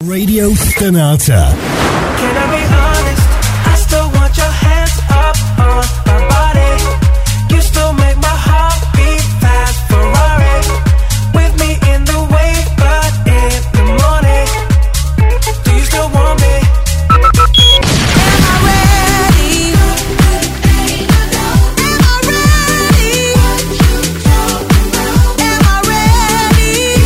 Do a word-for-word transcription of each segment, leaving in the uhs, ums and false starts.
Radio Stonata. Can I be honest? I still want your hands up on my body. You still make my heart beat fast. Ferrari with me in the wave, but in the morning. Do you still want me? Am I ready? Am I ready? Am I ready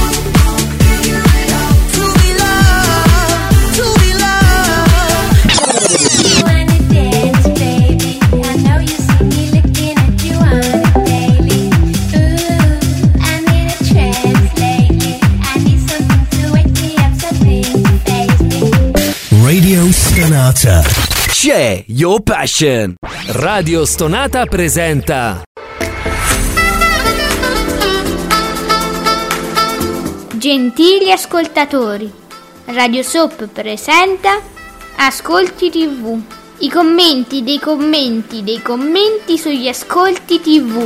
to be loved? To be loved. You wanna dance, baby? I know you see me looking at you on a daily. Ooh, I'm in a trance lately. I need something to wake me up, something to faze me. Radio Stonata. C'è Your Passion. Radio Stonata presenta Gentili ascoltatori, Radio Soap presenta Ascolti tivù. I commenti dei commenti dei commenti sugli ascolti tivù.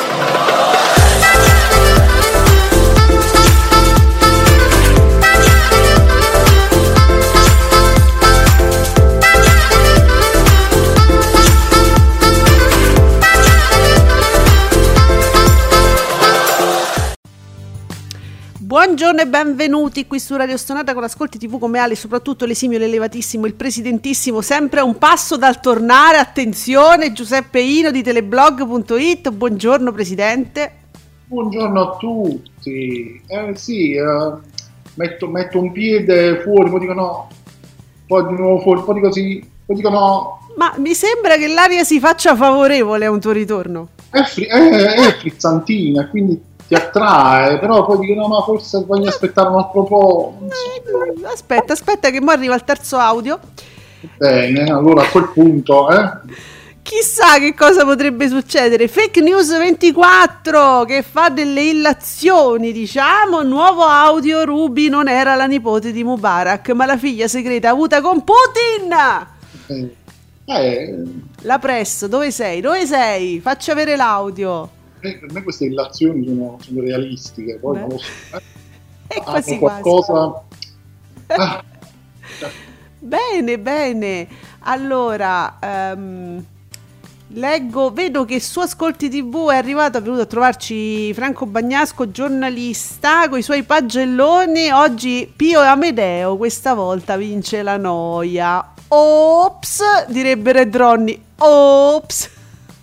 Buongiorno e benvenuti qui su Radio Stonata con Ascolti tivù come Ale, soprattutto l'esimio, l'elevatissimo, il presidentissimo, sempre a un passo dal tornare. Attenzione, Giuseppe Ino di teleblog punto it. Buongiorno Presidente. Buongiorno a tutti. Eh sì, eh, metto, metto un piede fuori, poi dico no, poi di nuovo fuori, poi dico sì, poi dico no. Ma mi sembra che l'aria si faccia favorevole a un tuo ritorno. È, fri- è, è frizzantina, quindi ti attrae, però poi dico no, ma forse voglio aspettare un altro po'. Non so. Aspetta, aspetta che mo arriva il terzo audio. Bene, allora a quel punto, eh. Chissà che cosa potrebbe succedere. Fake News ventiquattro che fa delle illazioni, diciamo. Nuovo audio: Ruby non era la nipote di Mubarak, ma la figlia segreta avuta con Putin. Eh, eh, La press, dove sei? Dove sei? Facci avere l'audio. eh, per me queste illazioni sono, sono realistiche, poi Beh. non lo so. Eh. E Ah, quasi qualcosa. Ah, Bene, bene. Allora, ehm, leggo, vedo che su Ascolti tivù è arrivato, è venuto a trovarci Franco Bagnasco, giornalista, con i suoi pagelloni. Oggi Pio Amedeo questa volta vince la noia. Ops, direbbero i dronni. Ops.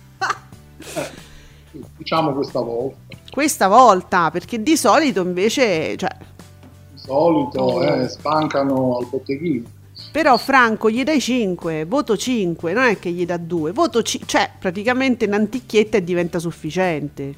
diciamo questa volta. Questa volta, perché di solito invece, cioè, Di solito Oh. eh, spancano al botteghino. però Franco gli dai cinque, voto cinque, non è che gli dà due, voto ci- cioè praticamente un'anticchietta e diventa sufficiente.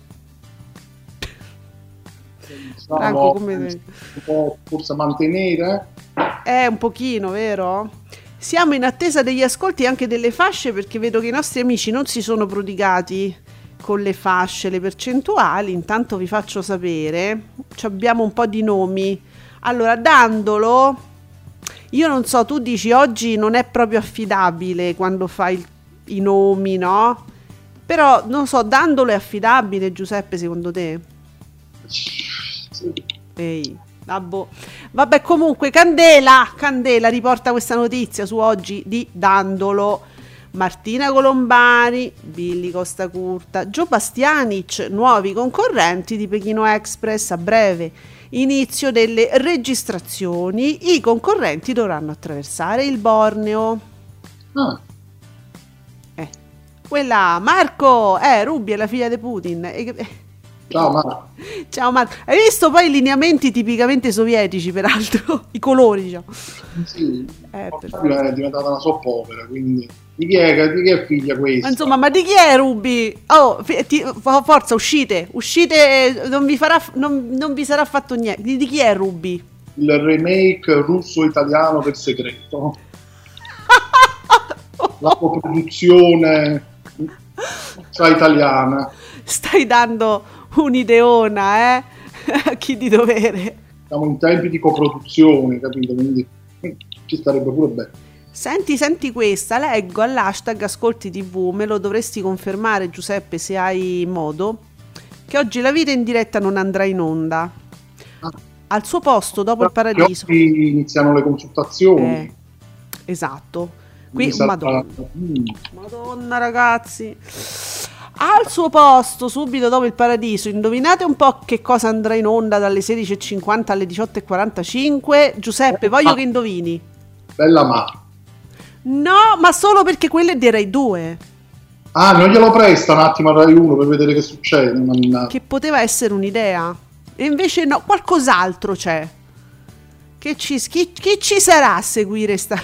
Diciamo, Franco, come- un po' forse mantenere. È un pochino, vero? Siamo in attesa degli ascolti e anche delle fasce, perché vedo che i nostri amici non si sono prodigati con le fasce, le percentuali. Intanto vi faccio sapere, ci abbiamo un po' di nomi. Allora, Dandolo, io non so, tu dici oggi non è proprio affidabile quando fai il- i nomi, no? Però, non so, Dandolo è affidabile, Giuseppe, secondo te? Sì. Ehi, vabbè. Vabbè, comunque, Candela, Candela riporta questa notizia su Oggi di Dandolo. Martina Colombani, Billy Costacurta, Gio Bastianic, nuovi concorrenti di Pechino Express. A breve inizio delle registrazioni, i concorrenti dovranno attraversare il Borneo. Ah, Eh, quella Marco, eh, Ruby è la figlia di Putin. E- ciao Marco. Ciao Marco, hai visto poi i lineamenti tipicamente sovietici, peraltro, i colori, diciamo. Sì, Eh, per- Fabio è diventata una soppopera, quindi di chi è, di chi è figlia questa? Ma insomma, ma di chi è Ruby? Oh, fi- ti- fo- forza, uscite, uscite, non vi farà, non, non vi sarà fatto niente. Di, di chi è Ruby? Il remake russo-italiano del segreto. La coproduzione tra italiana. Stai dando un'ideona, eh? A chi di dovere. Siamo in tempi di coproduzione, capito? Quindi eh, ci starebbe pure bene. Senti, senti questa, leggo all'hashtag Ascolti tivù, me lo dovresti confermare Giuseppe se hai modo, che oggi la vita in diretta non andrà in onda. Ah. al suo posto dopo il paradiso. Qui iniziano le consultazioni. Eh, esatto. Qui, Mi sa- madonna. Mm. Madonna ragazzi, al suo posto subito dopo il paradiso, indovinate un po' che cosa andrà in onda dalle sedici e cinquanta alle diciotto e quarantacinque. Giuseppe, voglio che indovini. Bella ma. No, ma solo perché quello è di Rai due, Ah, non glielo presta un attimo a Rai uno per vedere che succede. mannaggia. che poteva essere un'idea. E invece no, qualcos'altro c'è. Che ci, chi, chi ci sarà a seguire sta...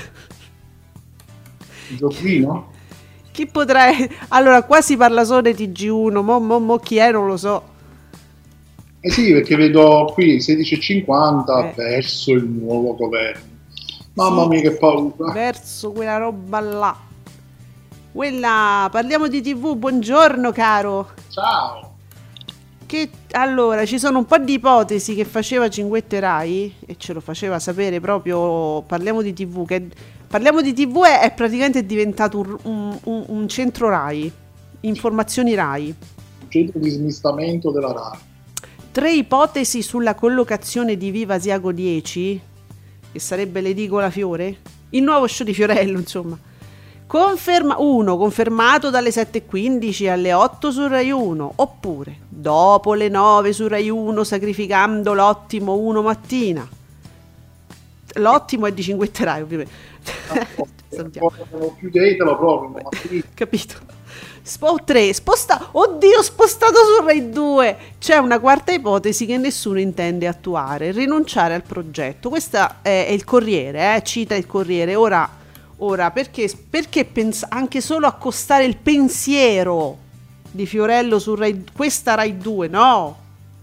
Il giochino? Chi potrà... Allora, qua si parla solo di T G uno, mo, mo, mo chi è non lo so. Eh sì, perché vedo qui sedici e cinquanta Eh. verso il nuovo governo. Mamma Sì. mia che paura. Verso quella roba là. Quella, parliamo di tivù, buongiorno caro. Ciao. Che allora ci sono un po' di ipotesi che faceva Cinguette Rai e ce lo faceva sapere proprio. Parliamo di tivù. Che parliamo di tivù è, è praticamente diventato un, un- un- un centro Rai, informazioni Rai. Centro di smistamento della Rai. Tre ipotesi sulla collocazione di Viva Asiago dieci, che sarebbe l'edicola Fiore, il nuovo show di Fiorello, insomma. Conferma uno, confermato dalle sette e quindici alle otto su Rai uno, oppure dopo le nove su Rai uno, sacrificando l'ottimo uno mattina. L'ottimo è di Cinguette Rai, ovviamente. Salutiamo. Chiudetelo proprio. ma sì. Capito? Spo tre, sposta, oddio, spostato su Rai due. C'è una quarta ipotesi che nessuno intende attuare: rinunciare al progetto. Questa è, è il Corriere, eh? Cita il Corriere. Ora, ora perché, perché pensa anche solo accostare il pensiero di Fiorello su Rai, questa Rai due? No,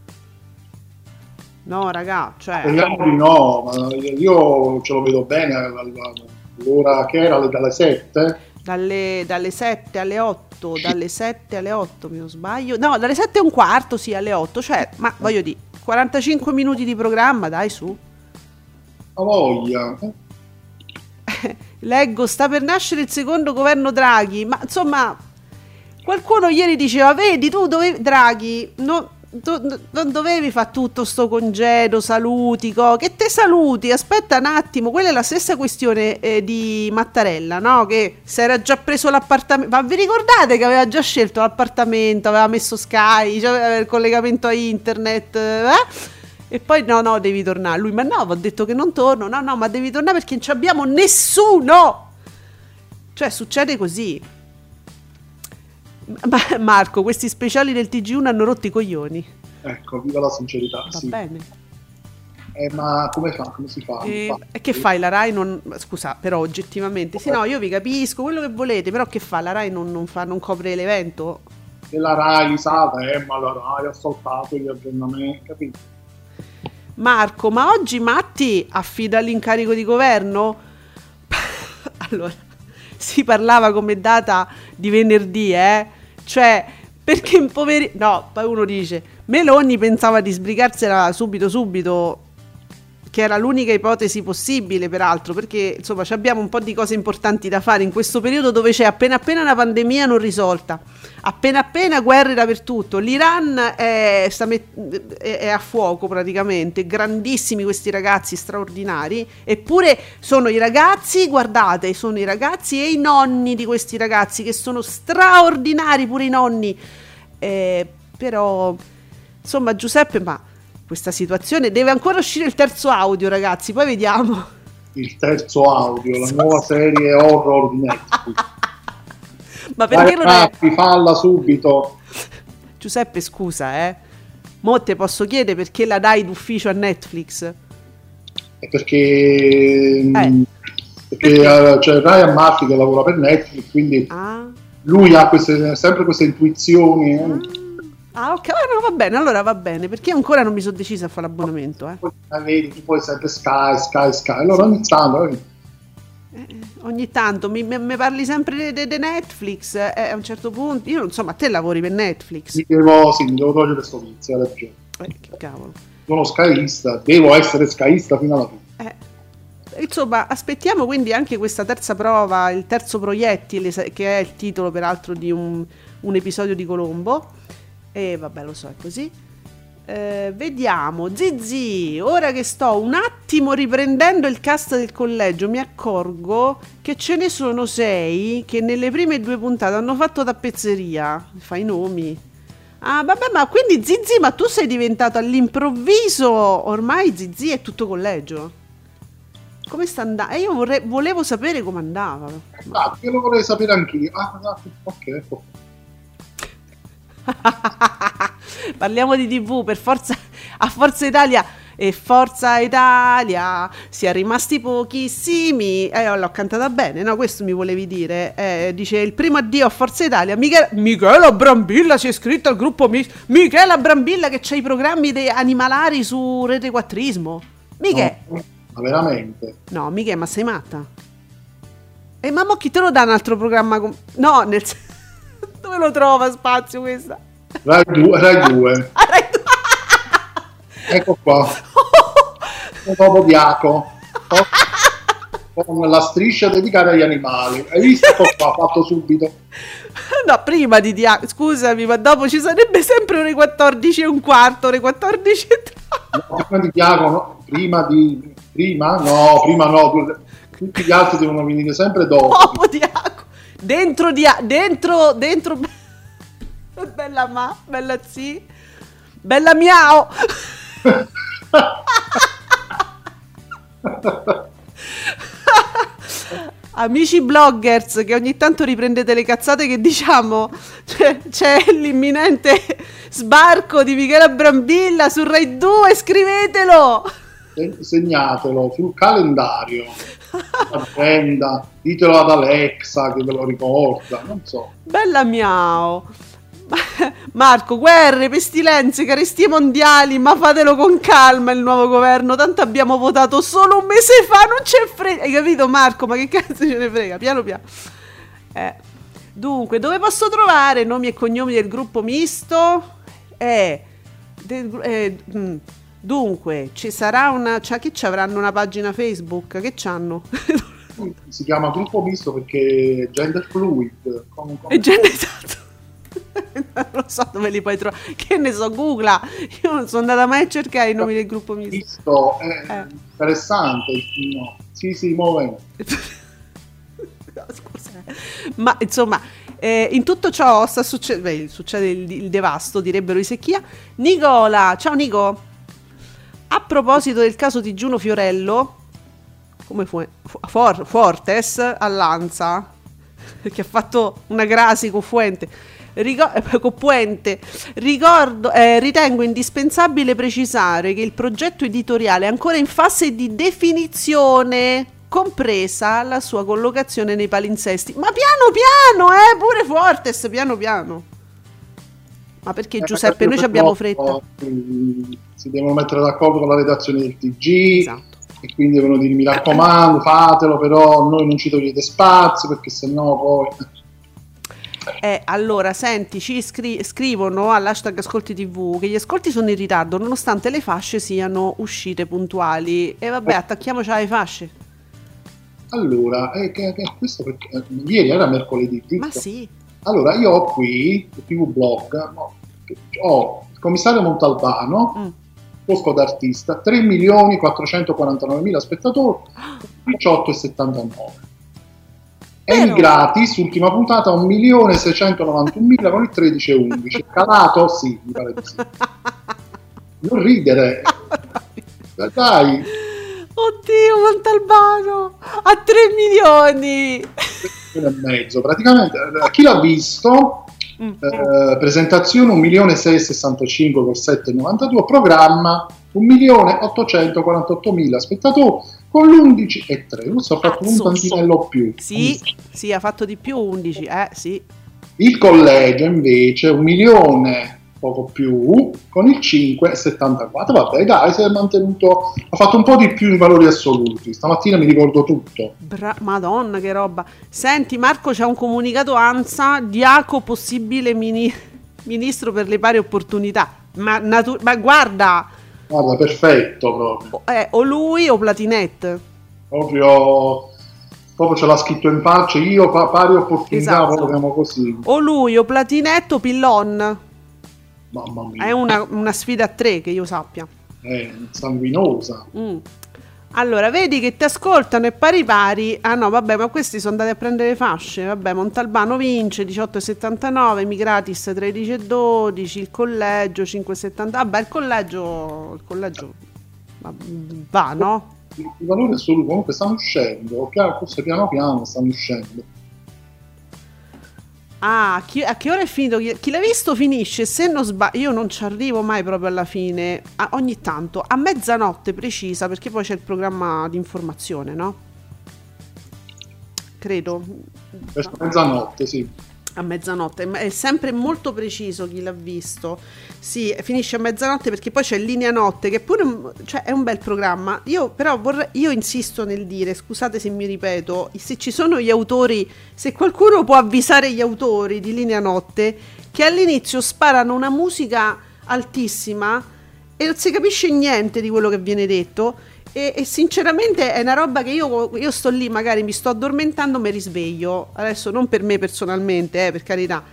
no, raga, cioè. Speriamo di no, ma io ce lo vedo bene alla- alla- all'ora che era, alle- dalle sette. Dalle, dalle sette alle otto, dalle sette alle otto, mi non sbaglio. No, dalle sette e un quarto, sì, alle otto. Cioè, ma voglio dire, quarantacinque minuti di programma, dai, su. Ha voglia. Leggo, sta per nascere il secondo governo Draghi. Ma insomma, qualcuno ieri diceva, vedi, tu dovevi, Draghi, no, tu, non dovevi fare tutto sto congedo, saluti, co- che te saluti, aspetta un attimo. Quella è la stessa questione eh, di Mattarella, no? Che si era già preso l'appartamento, ma vi ricordate che aveva già scelto l'appartamento, aveva messo Sky, cioè aveva il collegamento a internet, eh? E poi no, no, devi tornare. Lui, ma no, ho detto che non torno, no, no, ma devi tornare perché non ci abbiamo nessuno. Cioè, succede così. Ma Marco, questi speciali del T G uno hanno rotto i coglioni. Ecco, viva la sincerità. Va sì. bene. Eh, ma come fa? Come si fa? E, Fa- e che fai? La Rai non... Scusa, però oggettivamente... Sì, no, io vi capisco, quello che volete, però che fa? La Rai non, non, fa, non copre l'evento? E la Rai sa, eh, ma la Rai ha saltato gli aggiornamenti, capito? Marco, ma oggi Matti affida l'incarico di governo? Allora, si parlava come data di venerdì, eh? Cioè, perché in poveri... No, poi uno dice, Meloni pensava di sbrigarsela subito subito, che era l'unica ipotesi possibile peraltro, perché insomma ci abbiamo un po' di cose importanti da fare in questo periodo dove c'è appena appena una pandemia non risolta, appena appena guerre dappertutto, l'Iran è, sta met- è, è a fuoco praticamente, grandissimi questi ragazzi straordinari, eppure sono i ragazzi, guardate, sono i ragazzi e i nonni di questi ragazzi che sono straordinari, pure i nonni, eh, però insomma Giuseppe, ma questa situazione deve ancora uscire il terzo audio, ragazzi, poi vediamo. Il terzo audio, la nuova serie horror di Netflix. Ma perché non è... Ragazzi, falla subito. Giuseppe, scusa, eh. Mo te posso chiedere perché la dai d'ufficio a Netflix? È perché, Eh. perché eh, c'è Ryan Murphy che lavora per Netflix, quindi Ah, lui ha queste, sempre queste intuizioni. eh. ah ok, ah, no, va bene, allora va bene, perché io ancora non mi sono decisa a fare l'abbonamento, eh. Poi, eh, vedi, tu puoi sempre Sky, Sky, Sky. Allora ogni tanto, eh, Eh, ogni tanto mi, mi- mi parli sempre di Netflix, eh, a un certo punto, io non so, ma te lavori per Netflix? mi devo, sì, mi devo togliere questo vizio, hai ragione. Eh, che cavolo. Sono skyista, devo essere skyista fino alla fine. Eh, insomma, aspettiamo quindi anche questa terza prova, il terzo proiettile, sa- che è il titolo peraltro di un, un episodio di Colombo. E vabbè, lo so, è così. Eh, vediamo, Zizi, ora che sto un attimo riprendendo il cast del collegio, mi accorgo che ce ne sono sei che nelle prime due puntate hanno fatto tappezzeria. Fai i nomi. Ah, vabbè, ma quindi Zizi, ma tu sei diventato all'improvviso, ormai Zizi è tutto collegio. Come sta andando? Eh, io vorrei, volevo sapere come andava. Ah, io lo vorrei sapere anch'io. Ah, ah, ok, ecco. Parliamo di tivù, per forza, a Forza Italia e Forza Italia si è rimasti pochissimi. Eh, l'ho cantata bene, no? Questo mi volevi dire. Eh, dice il primo addio a Forza Italia. Michela, Michela Brambilla si è iscritta al gruppo Mi- Michela Brambilla che c'ha i programmi de- animalari su Rete Quattrismo. Michela, No, ma veramente? no, Michela, ma sei matta? E ma mo chi te lo dà un altro programma? Com- no, nel senso, dove lo trova spazio questa? Rai due, Rai due. Ah, Rai due. Ecco qua. Un nuovo Diaco. Con la striscia dedicata agli animali. Hai visto? Ecco qua, fatto subito. No, prima di Diaco, scusami, ma dopo ci sarebbe sempre ore quattordici e un quarto, ore quattordici e tre. No, prima di Diaco, no? Prima di... Prima? No, prima no. Tutti gli altri devono venire sempre dopo. Dopo Diaco. Dentro Diaco, dentro, dentro... Bella ma, bella zi, bella miao. Amici bloggers che ogni tanto riprendete le cazzate che diciamo, c'è, c'è l'imminente sbarco di Michela Brambilla su Rai due, scrivetelo. Segnatelo sul calendario, agenda, ditelo ad Alexa che ve lo ricorda, non so. Bella miao. Marco, guerre, pestilenze, carestie mondiali, ma fatelo con calma il nuovo governo, tanto abbiamo votato solo un mese fa, non c'è frega. Hai capito Marco? Ma che cazzo ce ne frega? Piano piano. Eh. Dunque, dove posso trovare nomi e cognomi del gruppo misto? Eh, del, eh mh. Dunque, ci sarà una... Cioè, che ci avranno una pagina Facebook? Che c'hanno? Si chiama gruppo misto perché è gender fluid. Come, come... È gender, esatto. Non lo so dove li puoi trovare, che ne so, googla. Io non sono andata mai a cercare i nomi del gruppo misto. Misto è Eh. interessante, no. Sì, sì, muove. No, scusa. Ma insomma, eh, in tutto ciò sta succedendo, succede il, il devasto, direbbero i Secchia. Nicola, ciao Nico. A proposito del caso di Giuno Fiorello, come fu? For, Fortes all'Anza, che ha fatto una crasi con Fuente. Ricor- con Puente. Ricordo, eh, ritengo indispensabile precisare che il progetto editoriale è ancora in fase di definizione, compresa la sua collocazione nei palinsesti. Ma piano piano, eh, pure Fortes, piano piano. Ma perché Giuseppe, noi ci abbiamo fretta. Si devono mettere d'accordo con la redazione del T G. Esatto. E quindi devono dire mi raccomando, fatelo, però noi non ci togliete spazio perché sennò poi... Eh, allora, senti, ci scri- scrivono all'hashtag Ascolti tivù che gli ascolti sono in ritardo nonostante le fasce siano uscite puntuali. E vabbè, attacchiamoci alle fasce. Allora, eh, che, che questo perché, eh, ieri era mercoledì, giusto? Ma sì. Allora, io ho qui, il T V Blog, no, ho il commissario Montalbano, Mm. Bosco d'Artista, tre milioni quattrocentoquarantanovemila spettatori, diciotto virgola settantanove. Però- Emigrati, ultima puntata, un milione seicentonovantunomila con il tredici virgola undici. Calato? Sì, mi pare di sì. Non ridere. Dai, Oddio, Montalbano a tre milioni. uno e mezzo. Praticamente, eh, chi l'ha visto? Mm. Eh, presentazione un milione seicentosessantacinque con sette virgola novantadue, programma un milione ottocentoquarantottomila spettatori con l'undici virgola tre. Questo ha fatto un Cazzo, tantinello più. Sì, sì, ha fatto di più, undici, eh, sì. Il collegio invece un milione poco più con il cinque virgola settantaquattro. Vabbè, dai, si è mantenuto, ha fatto un po' di più in valori assoluti. Stamattina mi ricordo tutto. Bra- Madonna, che roba. Senti, Marco, c'è un comunicato ANSA, Diaco possibile mini- ministro per le pari opportunità. Ma, natu- ma guarda, Guarda, perfetto proprio. o- eh, o lui o Platinette. Proprio, proprio ce l'ha scritto in faccia. Io pa- pari opportunità, Esatto. proprio così. O lui o Platinette o Pillon. Mamma mia. È una, una sfida a tre, che io sappia. È sanguinosa. Mm. Allora, vedi che ti ascoltano e pari pari. Ah no, vabbè, ma questi sono andati a prendere le fasce. Vabbè, Montalbano vince diciotto virgola settantanove, Migratis tredici virgola dodici, il collegio cinque virgola settanta. Vabbè, il collegio, il collegio va, va, no? I valori assoluti comunque stanno uscendo, piano, forse piano piano stanno uscendo. Ah, chi, a che ora è finito? Chi, chi l'ha visto finisce, se non sbaglio, io non ci arrivo mai proprio alla fine, a, ogni tanto, a mezzanotte precisa, perché poi c'è il programma di informazione, no? Credo. Verso mezzanotte, sì. A mezzanotte, è sempre molto preciso chi l'ha visto. Sì, finisce a mezzanotte perché poi c'è Linea Notte, che pure un, cioè, è un bel programma. Io però vorrei, io insisto nel dire, scusate se mi ripeto, se ci sono gli autori, se qualcuno può avvisare gli autori di Linea Notte che all'inizio sparano una musica altissima e non si capisce niente di quello che viene detto. E, e sinceramente è una roba che io, io sto lì, magari mi sto addormentando, mi risveglio. Adesso non per me personalmente, eh, per carità,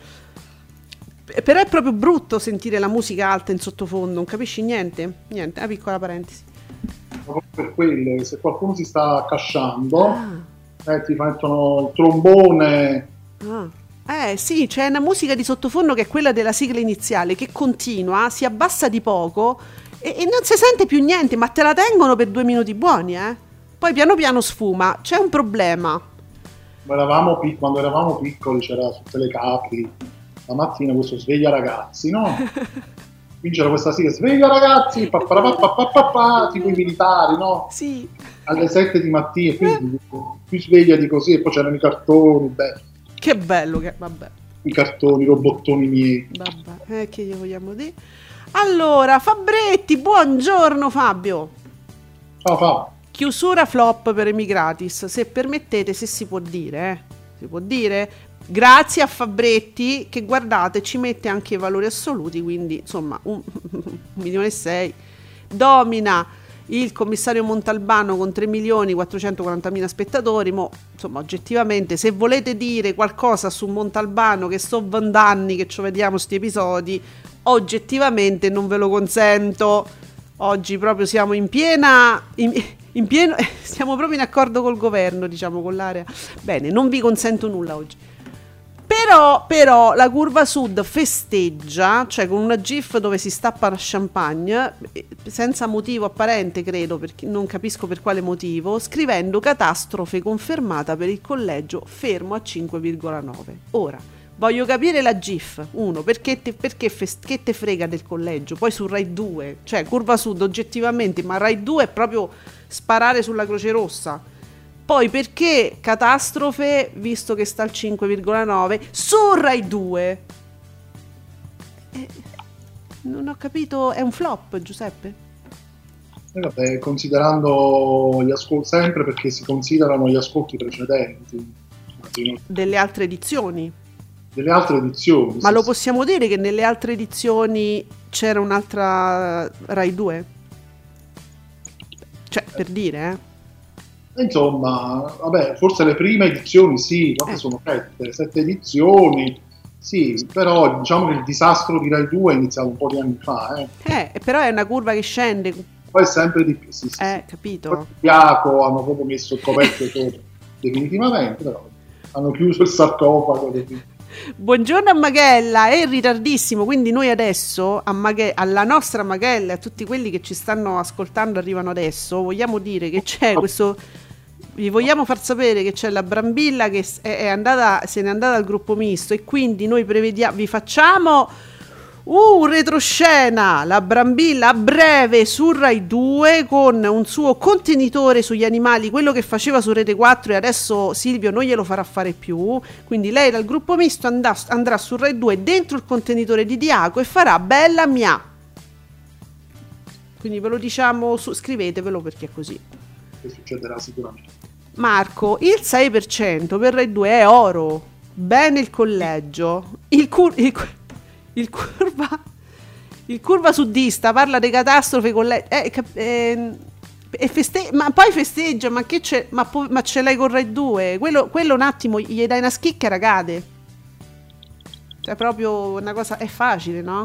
però è proprio brutto sentire la musica alta in sottofondo, non capisci niente? Niente, una piccola parentesi. Proprio per quello, se qualcuno si sta accasciando, Ah. eh, ti mettono il trombone. Ah. Eh sì, c'è una musica di sottofondo che è quella della sigla iniziale, che continua, si abbassa di poco e, e non si sente più niente, ma te la tengono per due minuti buoni, eh? Poi piano piano sfuma. C'è un problema. Eravamo pic- quando eravamo piccoli c'era su Telecapri la mattina questo sveglia ragazzi, no? Quindi c'era questa sigla, sveglia ragazzi, pa, pa, pa, pa, pa, pa, pa, tipo i militari, no? Sì. Alle sette di mattina, quindi più sveglia di così, e poi c'erano i cartoni, beh, Che bello che... Vabbè, i cartoni, i robottoni miei. vabbè, eh, che gli vogliamo dire? Allora, Fabretti, buongiorno Fabio. Ciao Fabio. Chiusura flop per Emigratis, se permettete, se si può dire, eh? Si può dire? Grazie a Fabretti che, guardate, ci mette anche i valori assoluti, quindi insomma un, un milione e sei. Domina il commissario Montalbano con tre milioni quattrocentoquarantamila spettatori. Mo, insomma, oggettivamente, se volete dire qualcosa su Montalbano, che so vent'anni che ci vediamo sti episodi, oggettivamente non ve lo consento. Oggi proprio siamo in piena in, in pieno siamo proprio in accordo col governo, diciamo, con l'area. Bene, non vi consento nulla oggi. Però, però la curva sud festeggia, cioè con una gif dove si stappa la champagne, senza motivo apparente, credo, perché non capisco per quale motivo, scrivendo catastrofe confermata per il collegio, fermo a cinque virgola nove. Ora, voglio capire la gif, uno, perché te, perché fest- che te frega del collegio, poi su Rai due, cioè curva sud oggettivamente, ma Rai due è proprio sparare sulla Croce Rossa. Poi perché catastrofe, visto che sta al cinque virgola nove su Rai due? Eh, non ho capito, è un flop, Giuseppe? Eh, vabbè, considerando gli ascolti, sempre perché si considerano gli ascolti precedenti Delle altre edizioni. delle altre edizioni. Ma sì, lo sì. possiamo dire che nelle altre edizioni c'era un'altra Rai due? Cioè, per dire, eh? Insomma, vabbè, forse le prime edizioni sì, quante Eh. sono sette, sette edizioni, sì, però diciamo che il disastro di Rai due è iniziato un po' di anni fa, eh. Eh, però è una curva che scende. Poi sempre di più, sì, sì, Eh, sì. capito? Poi Iaco hanno proprio messo il coperchio sopra, definitivamente, però hanno chiuso il sarcofago. Buongiorno a Maghella, è in ritardissimo, quindi noi adesso a Maghe- alla nostra Maghella e a tutti quelli che ci stanno ascoltando, arrivano adesso, vogliamo dire che c'è questo, vi vogliamo far sapere che c'è la Brambilla che s- è è andata, se n'è andata al gruppo misto, e quindi noi prevediamo, vi facciamo Uh, retroscena, la Brambilla a breve su Rai due con un suo contenitore sugli animali, quello che faceva su Rete quattro, e adesso Silvio non glielo farà fare più, quindi lei dal gruppo misto andà, andrà su Rai due dentro il contenitore di Diaco e farà Bella Mia. Quindi ve lo diciamo, su, scrivetevelo perché è così. Che succederà sicuramente. Marco, il sei per cento per Rai due è oro, bene il collegio, il, cur- il, il curva il curva sudista parla di catastrofe con lei, eh, cap- eh, e feste- ma poi festeggia, ma che c'è, ma, po- ma ce l'hai con Rai due, quello, quello un attimo gli dai una schicca, ragazze, cioè proprio una cosa, è facile, no?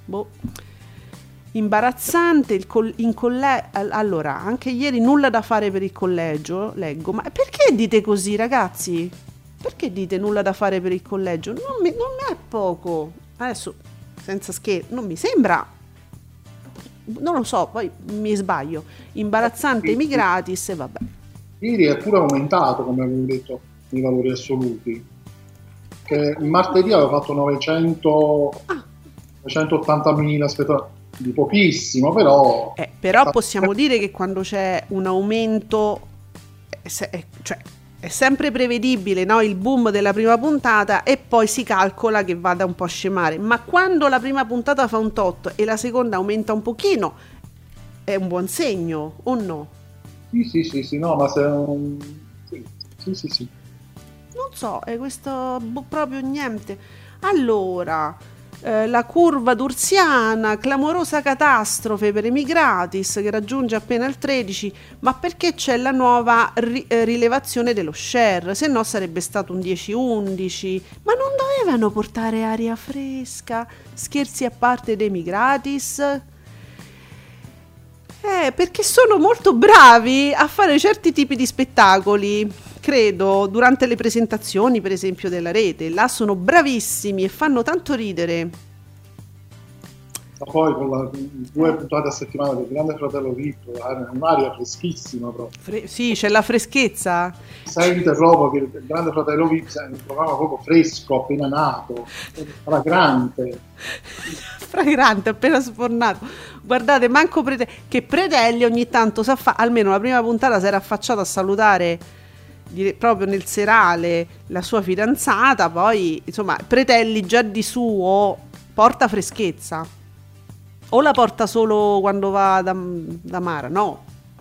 boh. Imbarazzante il col- in colle- allora, anche ieri nulla da fare per il collegio, leggo, ma perché dite così, ragazzi? Perché dite nulla da fare per il collegio? Non mi, non mi è poco. Adesso, senza scherzo, non mi sembra, non lo so, poi mi sbaglio. Imbarazzante i gratis e vabbè. Ieri è pure aumentato, come avevo detto, i valori assoluti. Che martedì avevo fatto novecento, Ah. novecentottantamila spettatori, di pochissimo, però... Eh, però possiamo dire che quando c'è un aumento, è, se- è- cioè, è sempre prevedibile, no? Il boom della prima puntata e poi si calcola che vada un po' a scemare. Ma quando la prima puntata fa un tot e la seconda aumenta un pochino, è un buon segno, o no? Sì, sì, sì, sì, no, ma se... un- Sì, sì, sì, sì. Non so, è questo boh, proprio niente. Allora, eh, la curva d'Ursiana, clamorosa catastrofe per Emigratis che raggiunge appena il tredici, ma perché c'è la nuova ri- eh, rilevazione dello share, se no sarebbe stato un dieci undici, ma non dovevano portare aria fresca? Scherzi a parte dei Emigratis? Eh, perché sono molto bravi a fare certi tipi di spettacoli, credo, durante le presentazioni, per esempio, della rete. Là sono bravissimi e fanno tanto ridere. Ma poi con la, due puntate a settimana del Grande Fratello V I P, eh, un'aria freschissima proprio. Fre- sì, c'è la freschezza. Sente proprio che il Grande Fratello V I P è un programma proprio fresco, appena nato, fragrante. Fragrante, appena sfornato. Guardate, manco Prete- che Pretelli ogni tanto sa fa- almeno la prima puntata si era affacciato a salutare dire- proprio nel serale la sua fidanzata, poi insomma Pretelli già di suo porta freschezza. O la porta solo quando va da, da Mara? No.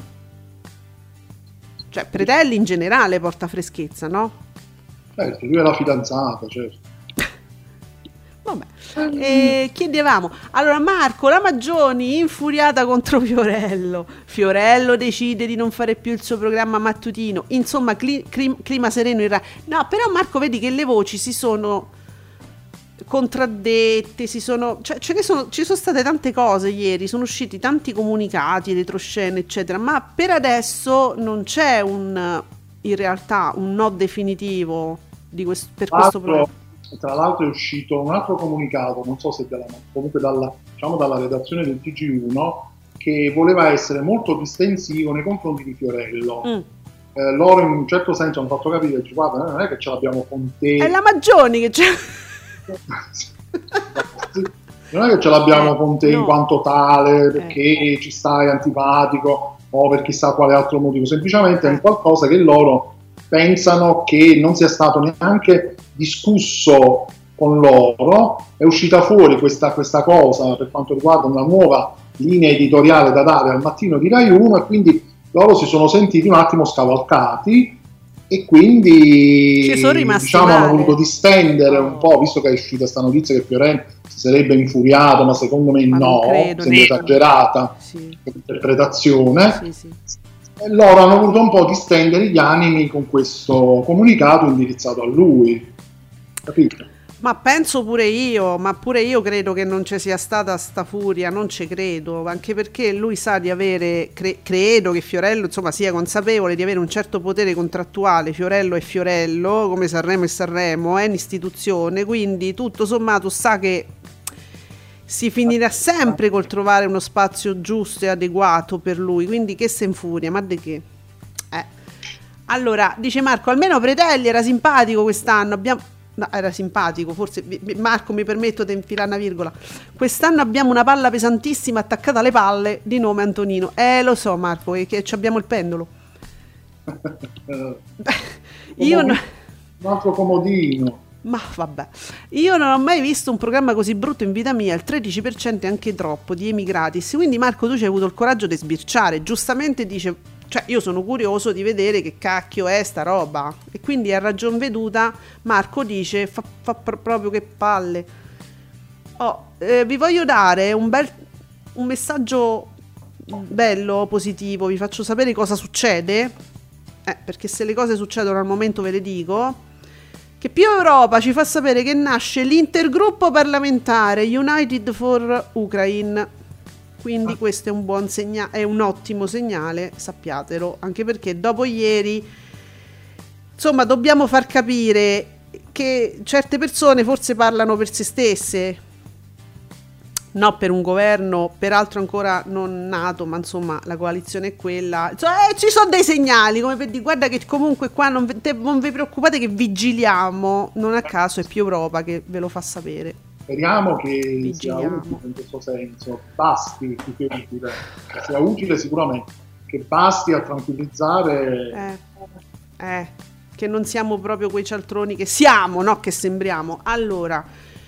Cioè Pretelli in generale porta freschezza, no? Certo, lui è la fidanzata, certo. Vabbè. E chiedevamo, allora Marco, la Maggioni infuriata contro Fiorello. Fiorello decide di non fare più il suo programma mattutino. Insomma, cli- clim- clima sereno in Rai. No, però Marco, vedi che le voci si sono contraddette, si sono, cioè ce ne sono, ci sono state tante cose ieri, sono usciti tanti comunicati, retroscene, eccetera, ma per adesso non c'è un, in realtà, un no definitivo di questo, per questo programma. Tra l'altro è uscito un altro comunicato, non so se dalla, comunque dalla, diciamo dalla redazione del T G uno, che voleva essere molto distensivo nei confronti di Fiorello. Mm. Eh, loro in un certo senso hanno fatto capire, guarda, non è che ce l'abbiamo con te. È la Maggioni che c'è. Non è che ce l'abbiamo eh, con te no. in quanto tale, perché eh. ci stai antipatico o per chissà quale altro motivo, semplicemente è qualcosa che loro pensano che non sia stato neanche discusso con loro. È uscita fuori questa, questa cosa per quanto riguarda una nuova linea editoriale da dare al mattino di Rai uno, e quindi loro si sono sentiti un attimo scavalcati e quindi ci sono rimasti diciamo male. Hanno voluto distendere un po', visto che è uscita questa notizia che Fiorello si sarebbe infuriato, ma secondo me ma no, credo, sembra esagerata sì. l'interpretazione. Sì, sì. E loro hanno voluto un po' distendere gli animi con questo comunicato indirizzato a lui, capito? Ma penso pure io, ma pure io credo che non ci sia stata sta furia, non ci credo, anche perché lui sa di avere, cre- credo che Fiorello insomma sia consapevole di avere un certo potere contrattuale. Fiorello è Fiorello, come Sanremo e Sanremo, è un'istituzione, quindi tutto sommato sa che si finirà sempre col trovare uno spazio giusto e adeguato per lui, quindi che se infuria, ma di che? Eh. Allora, dice Marco, almeno Pretelli era simpatico quest'anno, abbiamo... No, era simpatico, forse. Marco, mi permetto di infilare una virgola. Quest'anno abbiamo una palla pesantissima attaccata alle palle di nome Antonino. Eh, lo so, Marco, che, che abbiamo il pendolo. Io no... Un altro comodino. Ma vabbè, io non ho mai visto un programma così brutto in vita mia. Il tredici per cento è anche troppo di Emigratis. Quindi, Marco, tu ci hai avuto il coraggio di sbirciare. Giustamente dice. Cioè, io sono curioso di vedere che cacchio è sta roba. E quindi a ragion veduta Marco dice fa, fa pr- proprio che palle. Oh, eh, vi voglio dare un bel un messaggio bello, positivo. Vi faccio sapere cosa succede, eh, perché se le cose succedono al momento ve le dico. Che più Europa ci fa sapere che nasce l'intergruppo parlamentare United for Ukraine. Quindi ah. questo è un buon segnale, è un ottimo segnale, sappiatelo, anche perché dopo ieri, insomma, dobbiamo far capire che certe persone forse parlano per se stesse, no per un governo, peraltro ancora non nato, ma insomma la coalizione è quella. Insomma, eh, ci sono dei segnali, come per dire, guarda che comunque qua non, te, non vi preoccupate che vigiliamo, non a caso è più Europa che ve lo fa sapere. Speriamo che Vigiliamo. sia utile in questo senso, basti più che utile, che sia utile sicuramente, che basti a tranquillizzare. Eh, eh, che non siamo proprio quei cialtroni che siamo, no? Che sembriamo. Allora,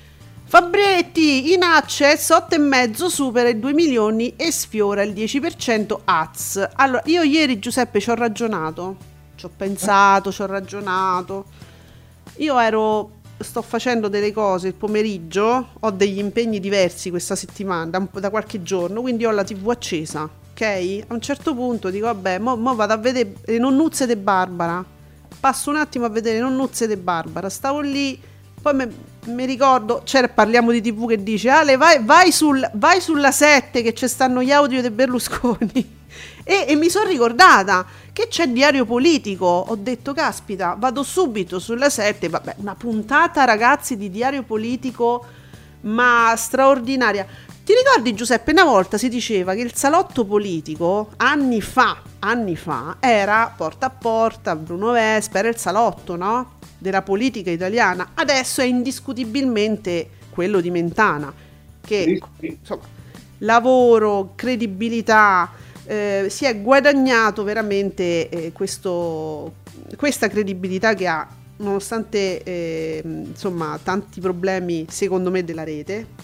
Fabretti in access otto e mezzo supera i due milioni e sfiora il dieci per cento A Z S. Allora, io ieri Giuseppe ci ho ragionato, ci ho pensato, ci ho ragionato. Io ero, sto facendo delle cose il pomeriggio, ho degli impegni diversi questa settimana, da, da qualche giorno, quindi ho la tivù accesa, ok? A un certo punto dico, vabbè, mo, mo vado a vedere le nonnuzze di Barbara, passo un attimo a vedere le nonnuzze di Barbara, stavo lì, poi mi ricordo, c'era, parliamo di tivù, che dice Ale vai, vai, sul, vai sulla sette che ci stanno gli audio di Berlusconi e, e mi sono ricordata che c'è Diario Politico, ho detto caspita, vado subito sulla sette, vabbè, una puntata ragazzi di Diario Politico ma straordinaria. Ti ricordi Giuseppe, una volta si diceva che il salotto politico anni fa, anni fa era porta a porta, Bruno Vespa, era il salotto, no? Della politica italiana. Adesso è indiscutibilmente quello di Mentana, che insomma, lavoro, credibilità, eh, si è guadagnato veramente eh, questo, questa credibilità che ha, nonostante eh, insomma tanti problemi secondo me della rete.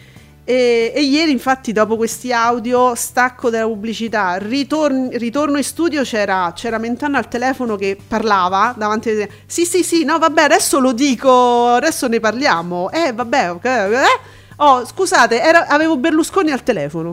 E, e ieri infatti dopo questi audio, stacco dalla pubblicità, ritorn, ritorno in studio, c'era, c'era Mentana al telefono che parlava davanti a... Sì sì sì, no vabbè adesso lo dico, adesso ne parliamo. Eh vabbè, okay, eh? Oh scusate, era, avevo Berlusconi al telefono.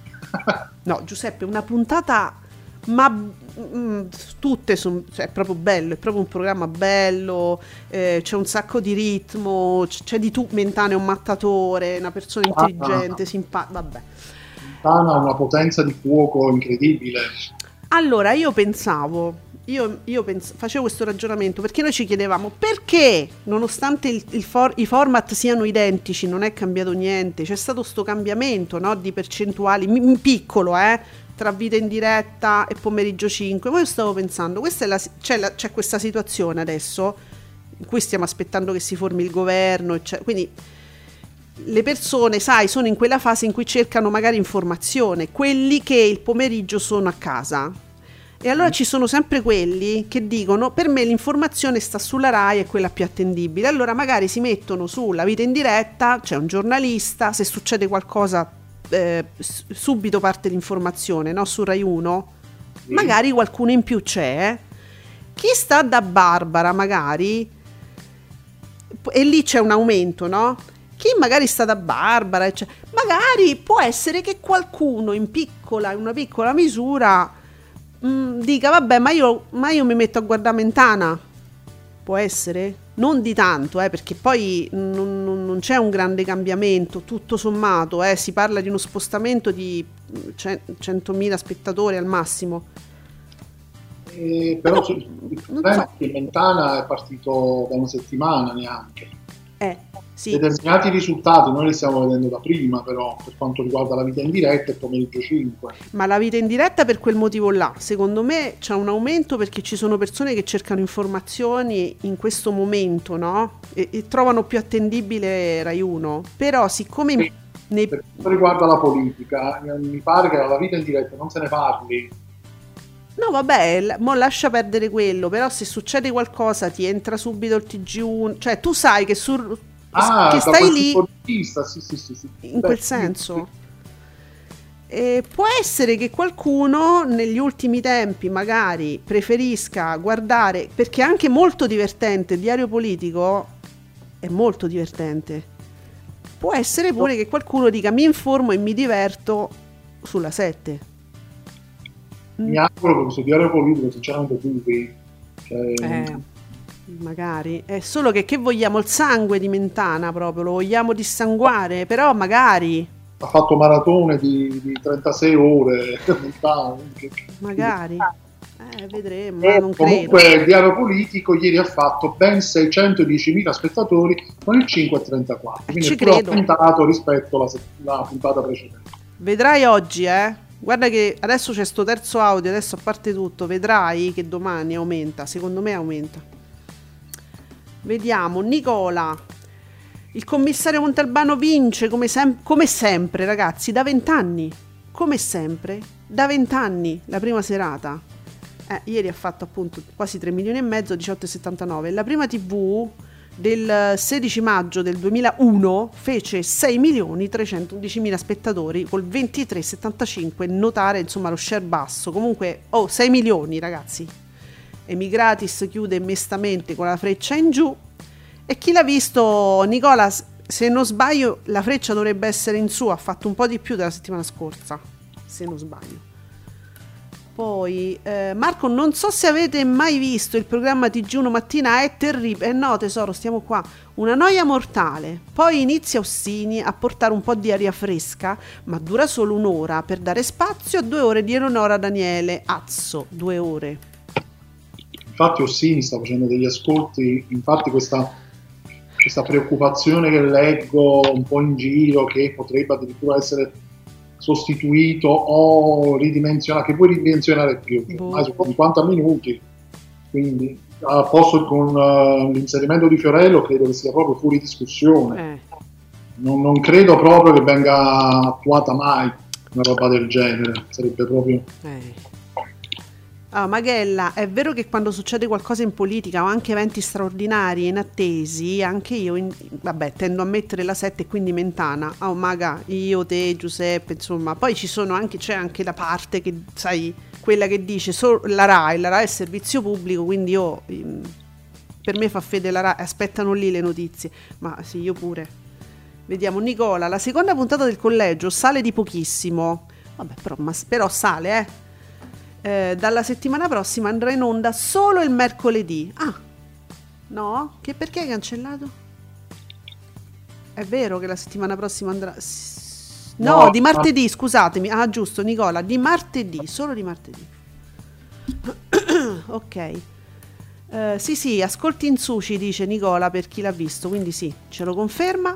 No Giuseppe, una puntata, ma mh, tutte sono, cioè, è proprio bello, è proprio un programma bello, eh, c'è un sacco di ritmo, c- c'è di tu. Mentana è un mattatore, una persona intelligente, simpatica, vabbè. Mentana ha una potenza di fuoco incredibile. Allora io pensavo, io, io pens- facevo questo ragionamento, perché noi ci chiedevamo perché nonostante il, il for- i format siano identici, non è cambiato niente, c'è stato sto cambiamento, no, di percentuali, m- piccolo, eh, tra vita in diretta e pomeriggio cinque. Poi io stavo pensando, questa è la, c'è, la, c'è questa situazione adesso in cui stiamo aspettando che si formi il governo, eccetera. Quindi le persone, sai, sono in quella fase in cui cercano magari informazione, quelli che il pomeriggio sono a casa, e allora ci sono sempre quelli che dicono per me l'informazione sta sulla Rai, è quella più attendibile, allora magari si mettono sulla vita in diretta, c'è un giornalista, se succede qualcosa Eh, subito parte l'informazione, no? Su Rai uno sì. Magari qualcuno in più c'è, chi sta da Barbara magari, e lì c'è un aumento, no? Chi magari sta da Barbara, cioè, magari può essere che qualcuno in piccola, in una piccola misura mh, dica vabbè ma io, ma io mi metto a guardare Mentana, può essere? Non di tanto, eh, perché poi non, non, non c'è un grande cambiamento, tutto sommato, eh, si parla di uno spostamento di centomila spettatori al massimo. Eh, però no, il problema so. è che Mentana è partito da una settimana neanche. Eh, sì. Determinati risultati noi li stiamo vedendo da prima, però per quanto riguarda la vita in diretta è pomeriggio cinque. Ma la vita in diretta per quel motivo là, secondo me c'è un aumento perché ci sono persone che cercano informazioni in questo momento, no? E, e trovano più attendibile Rai uno. Però siccome sì. nei... per quanto riguarda la politica, mi pare che la vita in diretta non se ne parli. No vabbè, mo lascia perdere quello, però se succede qualcosa ti entra subito il T G uno, cioè tu sai che, sur... ah, che stai lì vista, sì, sì, sì, sì. in Beh, quel senso sì. E può essere che qualcuno negli ultimi tempi magari preferisca guardare, perché è anche molto divertente, il Diario Politico è molto divertente, può essere pure no. che qualcuno dica mi informo e mi diverto sulla sette. Mi auguro che questo Diario Politico sinceramente dubbi, cioè, eh. Magari. È solo che che vogliamo? Il sangue di Mentana proprio, lo vogliamo dissanguare, però magari. Ha fatto maratone di, di trentasei ore. Magari. Eh, vedremo, Eh, ma non comunque credo. il Diario Politico ieri ha fatto ben seicentodiecimila spettatori con il cinque virgola trentaquattro, quindi Ci è più credo. aumentato rispetto alla, se- alla puntata precedente. Vedrai oggi, eh. Guarda che adesso c'è sto terzo audio, adesso a parte tutto, vedrai che domani aumenta, secondo me aumenta. Vediamo, Nicola. Il commissario Montalbano vince come, sem- come sempre, ragazzi, da vent'anni. Come sempre, da vent'anni, la prima serata. Eh, ieri ha fatto appunto quasi tre milioni e mezzo, diciotto virgola settantanove. La prima tivù del sedici maggio del duemilauno fece sei milioni trecentoundicimila spettatori col ventitré virgola settantacinque, notare insomma lo share basso. Comunque, oh, sei milioni, ragazzi. Emigratis chiude mestamente con la freccia in giù. E chi l'ha visto, Nicola, se non sbaglio, la freccia dovrebbe essere in su, ha fatto un po' di più della settimana scorsa, se non sbaglio. Poi, eh, Marco, non so se avete mai visto il programma T G uno mattina, è terribile. Eh no, tesoro, stiamo qua. Una noia mortale. Poi inizia Ossini a portare un po' di aria fresca, ma dura solo un'ora per dare spazio a due ore di Eleonora Daniele. Azzo, due ore. Infatti Ossini sta facendo degli ascolti, infatti questa, questa preoccupazione che leggo un po' in giro che potrebbe addirittura essere sostituito o ridimensionato, che puoi ridimensionare più, Boh. ormai sono cinquanta minuti, quindi a posto con uh, l'inserimento di Fiorello credo che sia proprio fuori discussione. Eh. Non, non credo proprio che venga attuata mai una roba del genere, sarebbe proprio... Eh. Ah, Maghella, è vero che quando succede qualcosa in politica o anche eventi straordinari e inattesi, anche io, in- vabbè, tendo a mettere la sette e quindi Mentana. Oh, Maga, io, te, Giuseppe, insomma. Poi ci sono anche, c'è anche la parte che, sai, quella che dice solo la RAI, la RAI è servizio pubblico, quindi io, ehm, per me fa fede la RAI, aspettano lì le notizie. Ma sì, io pure. Vediamo, Nicola, la seconda puntata del collegio sale di pochissimo. Vabbè, però, ma, però sale, eh. Eh, dalla settimana prossima andrà in onda solo il mercoledì. Ah, no? Che perché hai cancellato? È vero che la settimana prossima andrà... S- No, No, di ma- martedì, scusatemi. Ah, giusto, Nicola, di martedì, solo di martedì. Ok. Eh, sì, sì, ascolti in su, ci dice Nicola, per chi l'ha visto, quindi sì, ce lo conferma.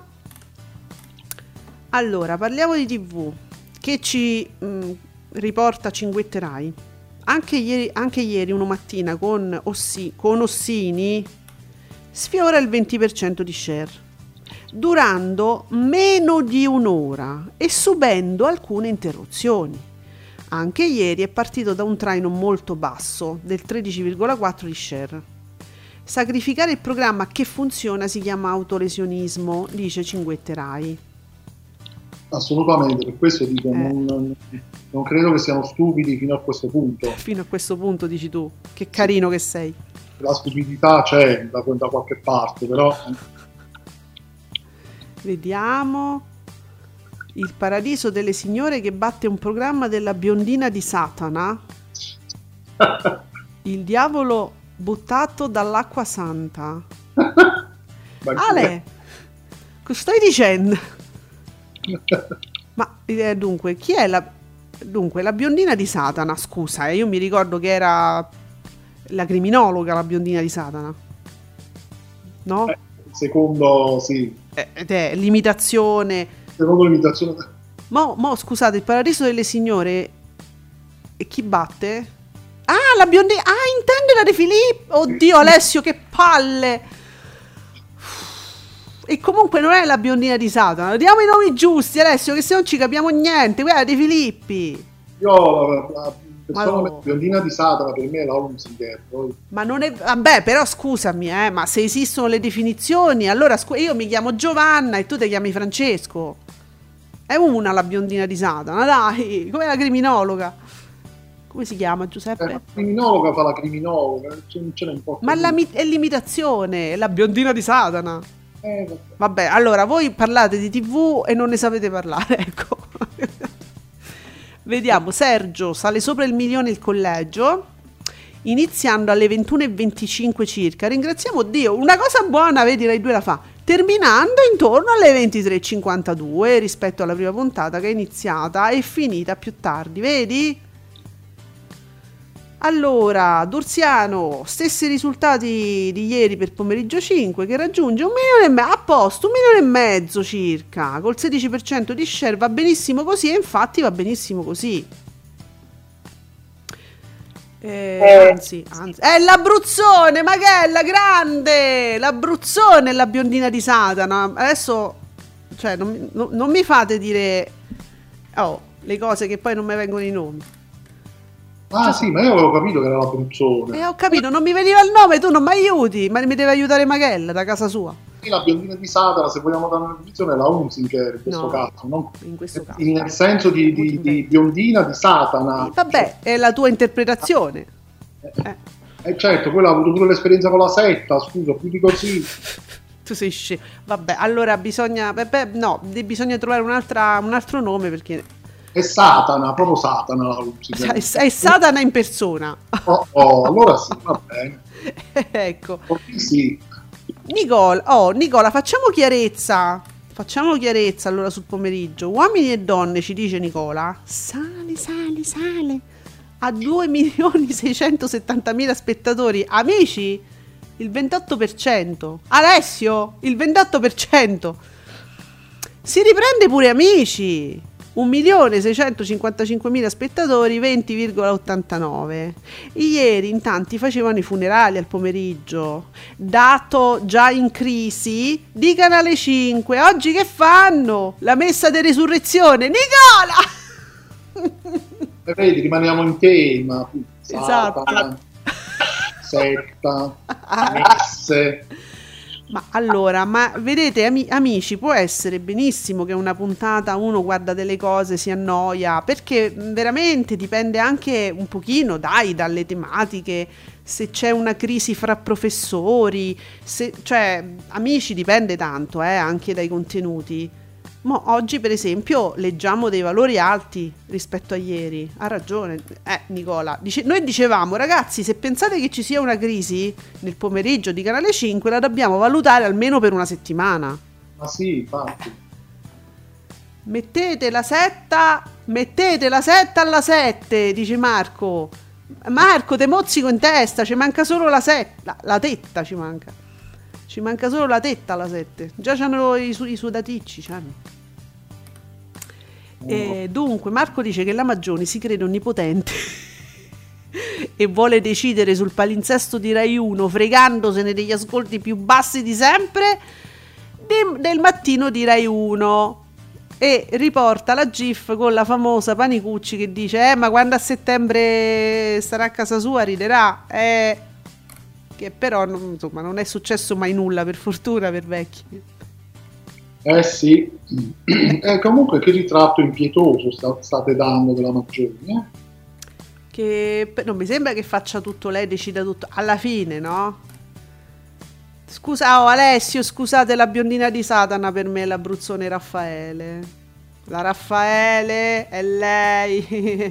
Allora, parliamo di tivù, che ci mh, riporta Cinguette Rai. Anche ieri, anche ieri una mattina con, Ossi, con Ossini sfiora il venti per cento di share, durando meno di un'ora e subendo alcune interruzioni. Anche ieri è partito da un traino molto basso, del tredici virgola quattro di share. Sacrificare il programma che funziona si chiama autolesionismo, dice Cinguette Rai. Assolutamente, per questo dico, Eh. non, non- non credo che siano stupidi fino a questo punto. Fino a questo punto dici tu, che carino che sei. La stupidità c'è da, da qualche parte, però Vediamo. Il paradiso delle signore che batte un programma della biondina di Satana. Il diavolo buttato dall'acqua santa. ma Ale, cosa stai dicendo? Ma eh, dunque, chi è la... Dunque, la biondina di Satana, scusa, eh, io mi ricordo che era la criminologa, la biondina di Satana. No? Eh, secondo, sì, Eh, Ed è l'imitazione... secondo l'imitazione, Mo, mo, scusate, il paradiso delle signore. E chi batte? Ah, la biondina. Ah, intende la De Filippo. Oddio, Alessio, che palle. E comunque non è la biondina di Satana. Diamo i nomi giusti, Alessio, che se non ci capiamo niente. Quella è De Filippi. io la, la persona no. biondina di Satana per me è Laura Musinger, poi Ma non è. Vabbè, però scusami, eh. Ma se esistono le definizioni, allora scu- io mi chiamo Giovanna e tu ti chiami Francesco. È una la biondina di Satana, dai. Come la criminologa. Come si chiama, eh, Giuseppe? la criminologa fa la criminologa, ce, ce n'è un po'. Ma così. la mi- è l'imitazione, è la biondina di Satana. Eh, vabbè. Vabbè, allora voi parlate di tivù e non ne sapete parlare, ecco. Vediamo, Sergio sale sopra il milione il collegio. iniziando alle ventuno e venticinque circa. Ringraziamo Dio, una cosa buona, vedi, Rai due la fa, terminando intorno alle ventitré e cinquantadue rispetto alla prima puntata che è iniziata e finita più tardi, vedi? Allora, Dorziano, stessi risultati di ieri per pomeriggio cinque, che raggiunge un milione e mezzo, a posto, un milione e mezzo circa, col sedici per cento di share, va benissimo così, e infatti va benissimo così. Eh, anzi, anzi, è l'Abruzzone, ma che è la grande, l'Abruzzone è la biondina di Satana. Adesso, cioè, non, non, non mi fate dire, oh, le cose che poi non mi vengono i nomi. Ah cioè, sì, ma io avevo capito che era l'Abruzzone. Eh, ho capito, non mi veniva il nome, tu non mi aiuti, ma mi deve aiutare Maghella da casa sua. E la biondina di Satana, se vogliamo dare una definizione, è la Unzinger in questo No, caso, no? in questo caso. Nel senso di, di, di biondina di Satana. Eh, vabbè, è la tua interpretazione. Eh, eh certo, quella ha avuto pure l'esperienza con la setta, scusa, più di così. Tu sei scemo. Vabbè, allora bisogna, beh, beh, no, de- bisogna trovare un'altra, un altro nome perché È Satana, proprio Satana la Unzinger. è, è Satana in persona. Oh, oh, allora sì, va bene. Ecco. Così sì. Nicola, oh, Nicola, facciamo chiarezza. Facciamo chiarezza allora sul pomeriggio. Uomini e donne, ci dice Nicola. Sale, sale, sale. A due milioni seicentosettantamila spettatori. Amici, il ventotto per cento. Alessio, il ventotto per cento. Si riprende pure Amici. un milione seicentocinquantacinquemila spettatori, venti virgola ottantanove. Ieri in tanti facevano i funerali al pomeriggio, dato già in crisi di Canale cinque. Oggi che fanno? La messa di resurrezione. Nicola! E vedi, rimaniamo in tema. Esatto. Satana, setta, messe. Ma allora, ma vedete ami- amici, può essere benissimo che una puntata uno guarda delle cose, si annoia, perché veramente dipende anche un pochino, dai, dalle tematiche, se c'è una crisi fra professori, se, cioè, Amici dipende tanto, eh, anche dai contenuti. Mo oggi per esempio leggiamo dei valori alti rispetto a ieri. Ha ragione, eh, Nicola. Dice, noi dicevamo, ragazzi, se pensate che ci sia una crisi nel pomeriggio di Canale cinque, la dobbiamo valutare almeno per una settimana. Ma sì, infatti. Mettete la setta, mettete la setta alla sette, dice Marco. Marco, te mozzico in testa, ci manca solo la setta, la, la tetta ci manca. Ci manca solo la tetta alla sette. Già c'hanno i, su- i sudaticci, c'hanno. E dunque Marco dice che la Maggioni si crede onnipotente e vuole decidere sul palinsesto di Rai uno, fregandosene degli ascolti più bassi di sempre de- del mattino di Rai uno, e riporta la gif con la famosa Panicucci che dice eh ma quando a settembre starà a casa sua riderà, eh, che però non, insomma, non è successo mai nulla, per fortuna, per vecchi. Eh sì, eh, comunque che ritratto impietoso sta- state dando della Maggioni, eh? Che non mi sembra che faccia tutto lei, decida tutto alla fine, no? Scusa, oh Alessio, scusate, la biondina di Satana per me è l'Abruzzone Raffaele. La Raffaele è lei.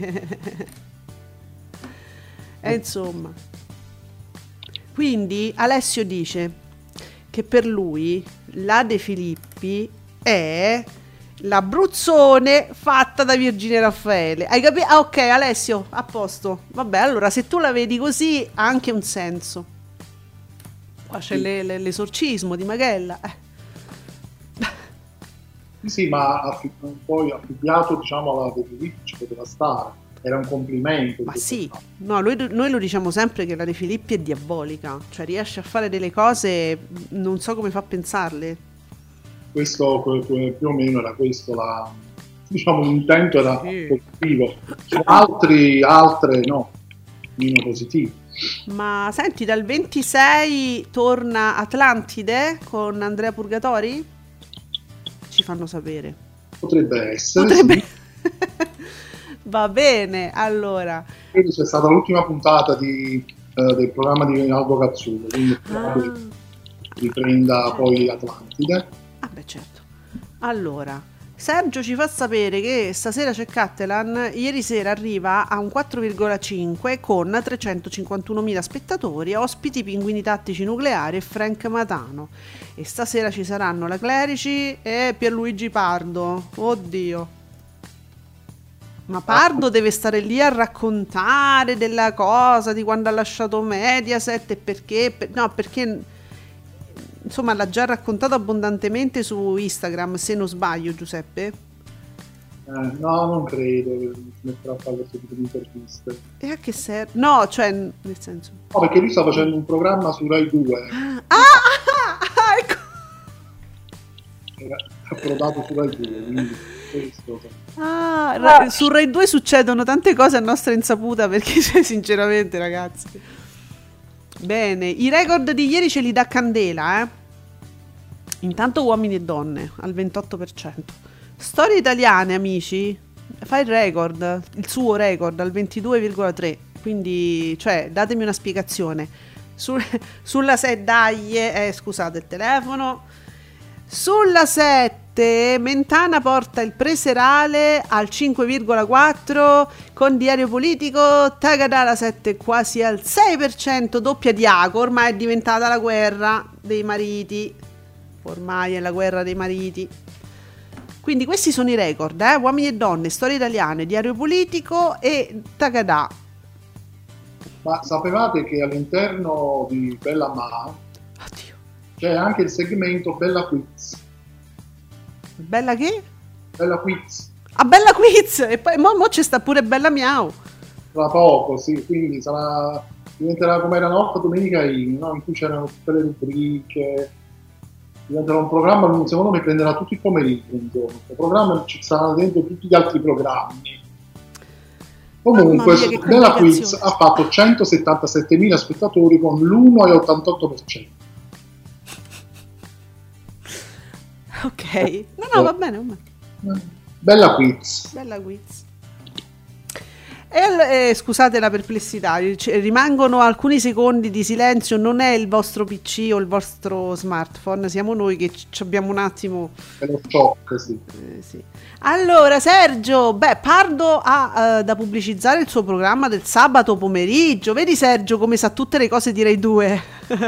E insomma, quindi Alessio dice che per lui la De Filippi è l'Abruzzone fatta da Virginia Raffaele. Hai capito? Ah, ok, Alessio, a posto. Vabbè, allora se tu la vedi così ha anche un senso. Qua c'è le, le, l'esorcismo di Maghella. Eh. Sì, sì, ma affi- poi affibbiato, diciamo, alla De Filippi ci poteva stare. Era un complimento. Ma sì, no, noi, noi lo diciamo sempre che la De Filippi è diabolica, cioè riesce a fare delle cose, non so come fa a pensarle. Questo que- que- più o meno era questo, la, diciamo, l'intento era Sì. positivo. Su altri, altre no, meno positivi. Ma senti, dal ventisei torna Atlantide con Andrea Purgatori? Ci fanno sapere. Potrebbe essere. Potrebbe... Sì. Va bene, allora. Credo sia stata l'ultima puntata di, eh, del programma di Aldo Cazzulo, quindi Ah, riprenda certo. poi Atlantide. Ah beh, certo. Allora, Sergio ci fa sapere che stasera c'è Cattelan, ieri sera arriva a un quattro virgola cinque con trecentocinquantunomila spettatori, ospiti Pinguini Tattici Nucleari e Frank Matano. E stasera ci saranno la Clerici e Pierluigi Pardo. Oddio. Ma Pardo deve stare lì a raccontare della cosa, di quando ha lasciato Mediaset e perché, per, no, perché insomma l'ha già raccontato abbondantemente su Instagram, se non sbaglio, Giuseppe. Eh, no, non credo che metterà a fare questo tipo di interviste. E a che serve? No, cioè, nel senso... No, perché lui sta facendo un programma su Rai due. Ah, ah, ah, ecco! Era approdato su Rai due, quindi questo... Ah, ra- su Rai due succedono tante cose a nostra insaputa, perché cioè, sinceramente, ragazzi. Bene, i record di ieri ce li dà Candela, eh. Intanto uomini e donne al ventotto per cento. Storie italiane, amici, fa il record, il suo record al ventidue virgola tre. Quindi, cioè, datemi una spiegazione. Su- sulla sette, dai, eh, scusate il telefono. Sulla sette Mentana porta il preserale al cinque virgola quattro, con Diario Politico Tagada la sette quasi al sei per cento, doppia Diaco. Ormai è diventata la guerra dei mariti, ormai è la guerra dei mariti. Quindi questi sono i record, eh? Uomini e donne, Storie italiane, Diario Politico e Tagada. Ma sapevate che all'interno di Bella Ma Oddio. c'è anche il segmento Bella Quiz? Bella che? Bella Quiz, Ah, Bella Quiz! E poi mo, mo c'è sta pure Bella Miau. tra poco, sì, quindi sarà, diventerà come era una volta Domenica In, no? In cui c'erano tutte le rubriche, diventerà un programma, secondo me prenderà tutto il pomeriggio un giorno. Questo programma ci saranno dentro tutti gli altri programmi. Comunque, Mamma mia, che Bella Quiz complicazione. ha fatto centosettantasettemila spettatori con l'uno virgola ottantotto per cento. Ok. No, no, va bene, va bene. Bella Quiz. Bella quiz. E al- eh, scusate la perplessità, c- rimangono alcuni secondi di silenzio, non è il vostro P C o il vostro smartphone, siamo noi che ci abbiamo un attimo... È lo shock, sì. eh, sì. Allora Sergio, beh, Pardo ha eh, da pubblicizzare il suo programma del sabato pomeriggio, vedi Sergio come sa tutte le cose di Rai due.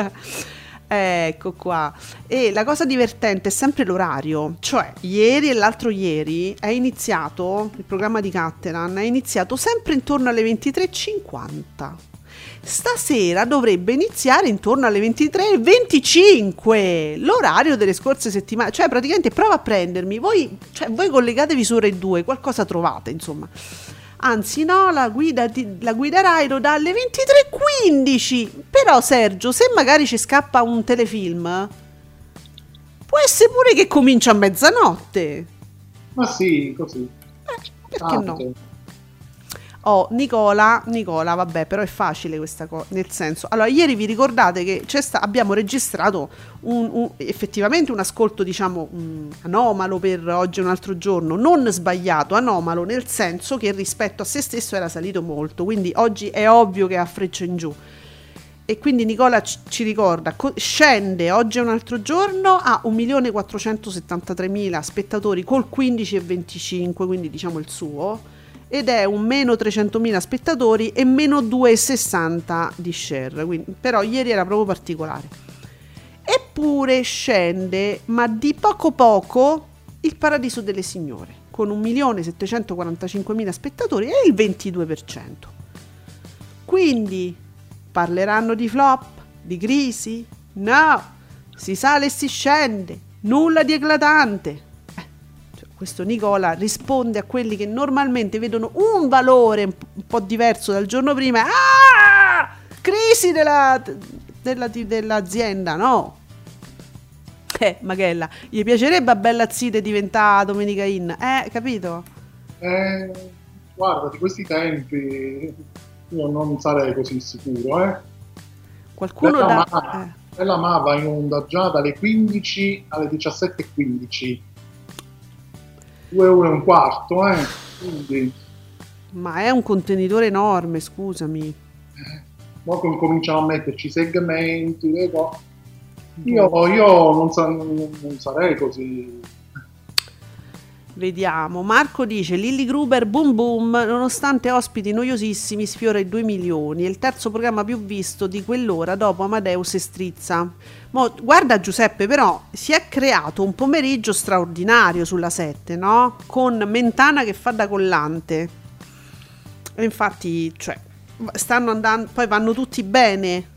Ecco qua. E la cosa divertente è sempre l'orario, cioè ieri e l'altro ieri è iniziato il programma di Cattelan, è iniziato sempre intorno alle ventitré e cinquanta. Stasera dovrebbe iniziare intorno alle ventitré e venticinque, l'orario delle scorse settimane. Cioè praticamente prova a prendermi, voi, cioè, voi collegatevi su Rai due, qualcosa trovate, insomma. Anzi no, la guida, di, la guida Rai lo dà alle ventitré e quindici. Però Sergio, se magari ci scappa un telefilm, può essere pure che comincia a mezzanotte. Ma sì, così. Eh, perché Ah, no? sì. Oh, Nicola, Nicola, vabbè, però è facile questa cosa, nel senso, allora ieri vi ricordate che c'è sta, abbiamo registrato un, un, effettivamente un ascolto, diciamo, um, anomalo per Oggi è un altro giorno, non sbagliato, anomalo nel senso che rispetto a se stesso era salito molto, quindi oggi è ovvio che è a freccia in giù. E quindi Nicola ci, ci ricorda, co- scende Oggi è un altro giorno a un milione quattrocentosettantatremila spettatori col quindici virgola venticinque, quindi diciamo il suo, ed è un meno trecentomila spettatori e meno due virgola sessanta di share, quindi, però ieri era proprio particolare. Eppure scende, ma di poco poco, Il Paradiso delle Signore, con un milione settecentoquarantacinquemila spettatori e il ventidue per cento. Quindi parleranno di flop, di crisi? No, si sale e si scende, nulla di eclatante. Questo Nicola risponde a quelli che normalmente vedono un valore un po' diverso dal giorno prima. Ah! Crisi della, della, dell'azienda, no? Eh, Maghella, gli piacerebbe a Bella Zite diventare Domenica In, eh, capito? Eh, guarda, di questi tempi io non sarei così sicuro, eh. Qualcuno Bella da... Ma, eh. Bella Ma va in onda già dalle quindici alle diciassette e quindici. Due ore e un quarto, eh. Quindi, Ma è un contenitore enorme, scusami. poi cominciano a metterci segmenti, le cose. Io, io non, sa- non sarei così. Vediamo, Marco dice Lilli Gruber boom boom, nonostante ospiti noiosissimi sfiora i due milioni, è il terzo programma più visto di quell'ora dopo Amadeus e Strizza. Mo, guarda Giuseppe, però si è creato un pomeriggio straordinario sulla sette, no? Con Mentana che fa da collante, e infatti cioè stanno andando, poi vanno tutti bene,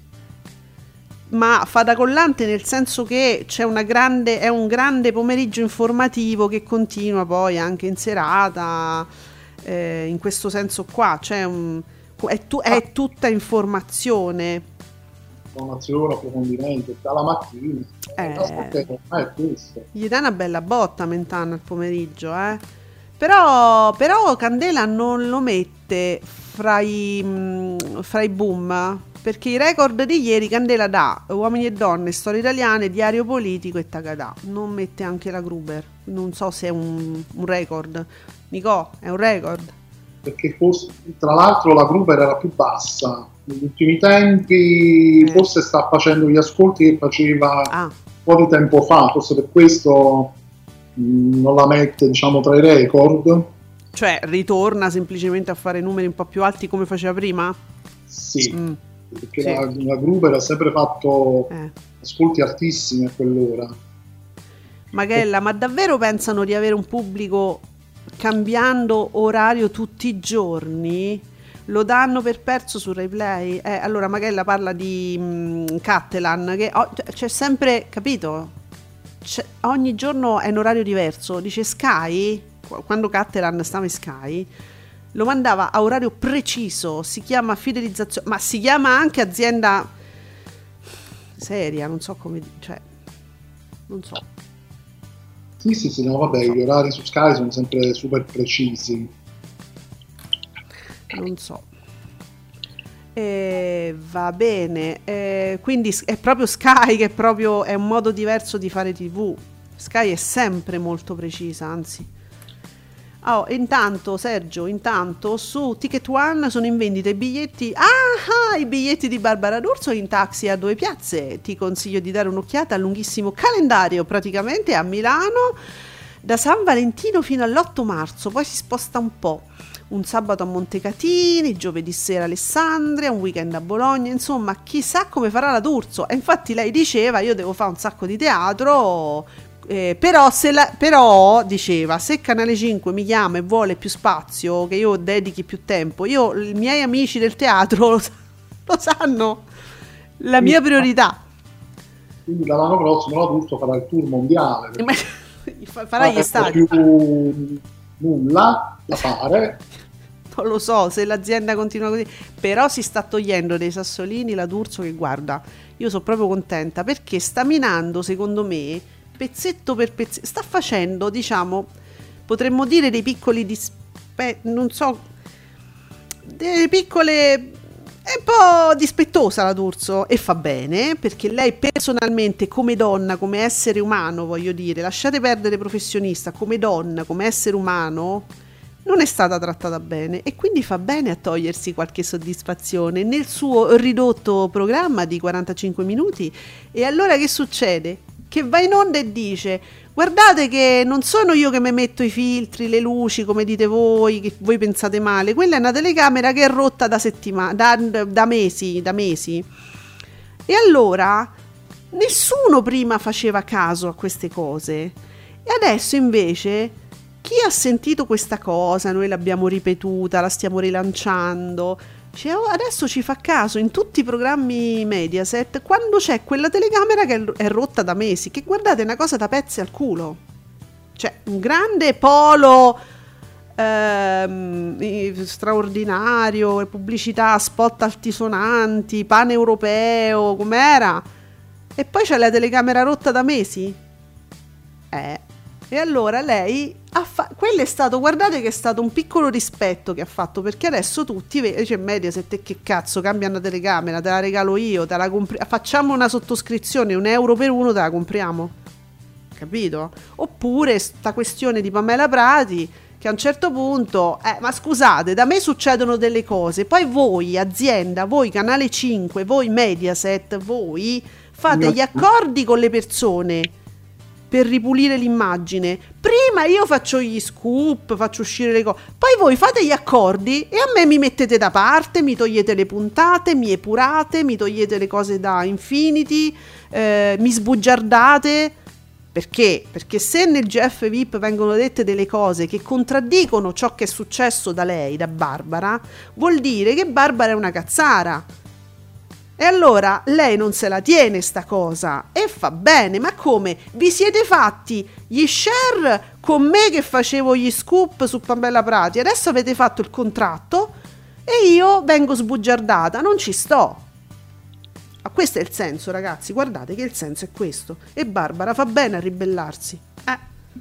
ma fa da collante nel senso che c'è una grande, è un grande pomeriggio informativo che continua poi anche in serata, eh, in questo senso qua, c'è un, è, tu, è tutta informazione. Informazione, approfondimento, dalla mattina. Eh, è questo. Gli dà una bella botta Mentana al pomeriggio, eh. Però, però Candela non lo mette fra i, mh, fra i boom, perché i record di ieri Candela dà Uomini e Donne, Storie Italiane, Diario Politico e Tagadà. Non mette anche la Gruber. Non so se è un, un record. Nico, è un record? Perché forse, tra l'altro la Gruber era più bassa. Negli ultimi tempi eh. forse sta facendo gli ascolti che faceva ah. un po' di tempo fa. Forse per questo mh, non la mette, diciamo, tra i record. Cioè ritorna semplicemente a fare numeri un po' più alti come faceva prima? Sì. Mm. Perché sì. la, la Gruber ha sempre fatto eh. ascolti altissimi a quell'ora. Magella, ma davvero pensano di avere un pubblico cambiando orario tutti i giorni? Lo danno per perso su Rai Play? Eh, allora Magella parla di mh, Cattelan, che oh, c'è sempre, capito? C'è, ogni giorno è un orario diverso. Dice Sky, quando Cattelan stava in Sky, lo mandava a orario preciso, si chiama fidelizzazione, ma si chiama anche azienda seria, non so come, cioè, non so. Sì, sì, sì, no, vabbè, gli orari su Sky sono sempre super precisi. Non so. Eh, va bene, eh, quindi è proprio Sky che è proprio è un modo diverso di fare tivù. Sky è sempre molto precisa, anzi. Oh, intanto Sergio, intanto su Ticket One sono in vendita i biglietti, ah, ah, i biglietti di Barbara D'Urso in taxi a due piazze. Ti consiglio di dare un'occhiata al lunghissimo calendario, praticamente a Milano da San Valentino fino all'otto marzo, poi si sposta un po'. Un sabato a Montecatini, giovedì sera Alessandria, un weekend a Bologna, insomma chissà come farà la D'Urso. E infatti lei diceva io devo fare un sacco di teatro, eh, però, se la, però diceva se Canale cinque mi chiama e vuole più spazio, che io dedichi più tempo, io i miei amici del teatro lo, lo sanno, la mia priorità. Quindi dall'anno prossimo la D'Urso farà il tour mondiale. Farà gli stati. Più nulla da fare. Non lo so se l'azienda continua così, però si sta togliendo dei sassolini la D'Urso che guarda, io sono proprio contenta perché sta minando secondo me pezzetto per pezzetto, sta facendo diciamo potremmo dire dei piccoli dispe- non so delle piccole, è un po' dispettosa la D'Urso e fa bene perché lei personalmente come donna, come essere umano voglio dire, lasciate perdere professionista, come donna, come essere umano non è stata trattata bene e quindi fa bene a togliersi qualche soddisfazione nel suo ridotto programma di quarantacinque minuti. E allora che succede? Che va in onda e dice guardate che non sono io che mi metto i filtri, le luci come dite voi, che voi pensate male, quella è una telecamera che è rotta da settimane, da, da mesi, da mesi. E allora nessuno prima faceva caso a queste cose e adesso invece chi ha sentito questa cosa, noi l'abbiamo ripetuta, la stiamo rilanciando, cioè, adesso ci fa caso in tutti i programmi Mediaset quando c'è quella telecamera che è rotta da mesi, che guardate è una cosa da pezzi al culo, cioè un grande polo ehm, straordinario, pubblicità, spot altisonanti, paneuropeo, com'era, e poi c'è la telecamera rotta da mesi, eh e allora lei ha fa- quello è stato, guardate che è stato un piccolo rispetto che ha fatto, perché adesso tutti ve- cioè Mediaset e che cazzo cambia una telecamera, te la regalo io, te la compri- facciamo una sottoscrizione un euro per uno, te la compriamo, capito? Oppure sta questione di Pamela Prati che a un certo punto eh, ma scusate, da me succedono delle cose, poi voi azienda, voi Canale cinque, voi Mediaset, voi fate gli accordi con le persone per ripulire l'immagine, prima ma io faccio gli scoop, faccio uscire le cose, poi voi fate gli accordi e a me mi mettete da parte, mi togliete le puntate, mi epurate, mi togliete le cose da Infinity, eh, mi sbugiardate. Perché? Perché se nel G F V I P vengono dette delle cose che contraddicono ciò che è successo da lei, da Barbara, vuol dire che Barbara è una cazzara. E allora lei non se la tiene sta cosa e fa bene. Ma come? Vi siete fatti gli share con me che facevo gli scoop su Pamela Prati, adesso avete fatto il contratto e io vengo sbugiardata, non ci sto. Ma questo è il senso, ragazzi, guardate che il senso è questo. E Barbara fa bene a ribellarsi. Eh.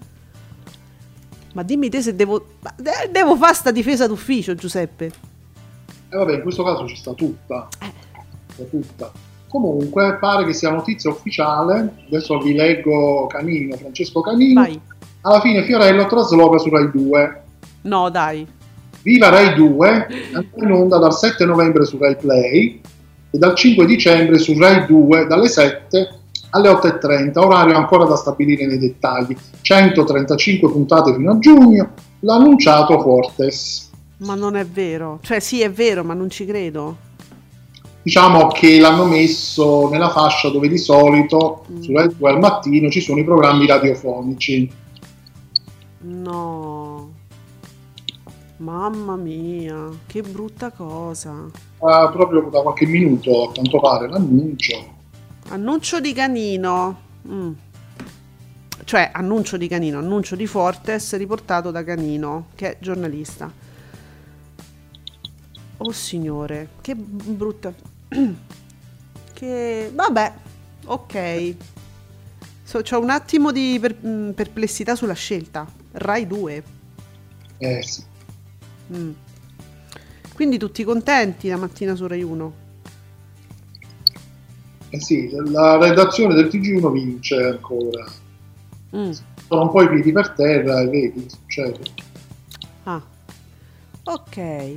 Ma dimmi te se devo devo fare sta difesa d'ufficio, Giuseppe. E eh vabbè, in questo caso ci sta tutta. Eh. Sta tutta. Comunque pare che sia notizia ufficiale. Adesso vi leggo Canino, Francesco Canino. Vai. Alla fine Fiorello trasloca su Rai due. No, dai. Viva Rai due, andrà in onda dal sette novembre su Rai Play e dal cinque dicembre su Rai due dalle sette alle otto e trenta, orario ancora da stabilire nei dettagli. centotrentacinque puntate fino a giugno, l'ha annunciato Fortes. Ma non è vero. Cioè sì, è vero, ma non ci credo. Diciamo che l'hanno messo nella fascia dove di solito mm. su Rai due al mattino ci sono i programmi radiofonici. No. Mamma mia, che brutta cosa. Uh, proprio da qualche minuto, a quanto pare, l'annuncio. Annuncio di Canino. Mm. Cioè, annuncio di Canino, annuncio di Fortes riportato da Canino, che è giornalista. Oh signore, che brutta. Che vabbè, ok. So, c'ho un attimo di per... perplessità sulla scelta. Rai due. Eh sì. Mm. Quindi tutti contenti la mattina su Rai uno? Eh sì, la redazione del T G uno vince ancora. Mm. Sono un po' i piedi per terra e vedi, succede. Ah, ok.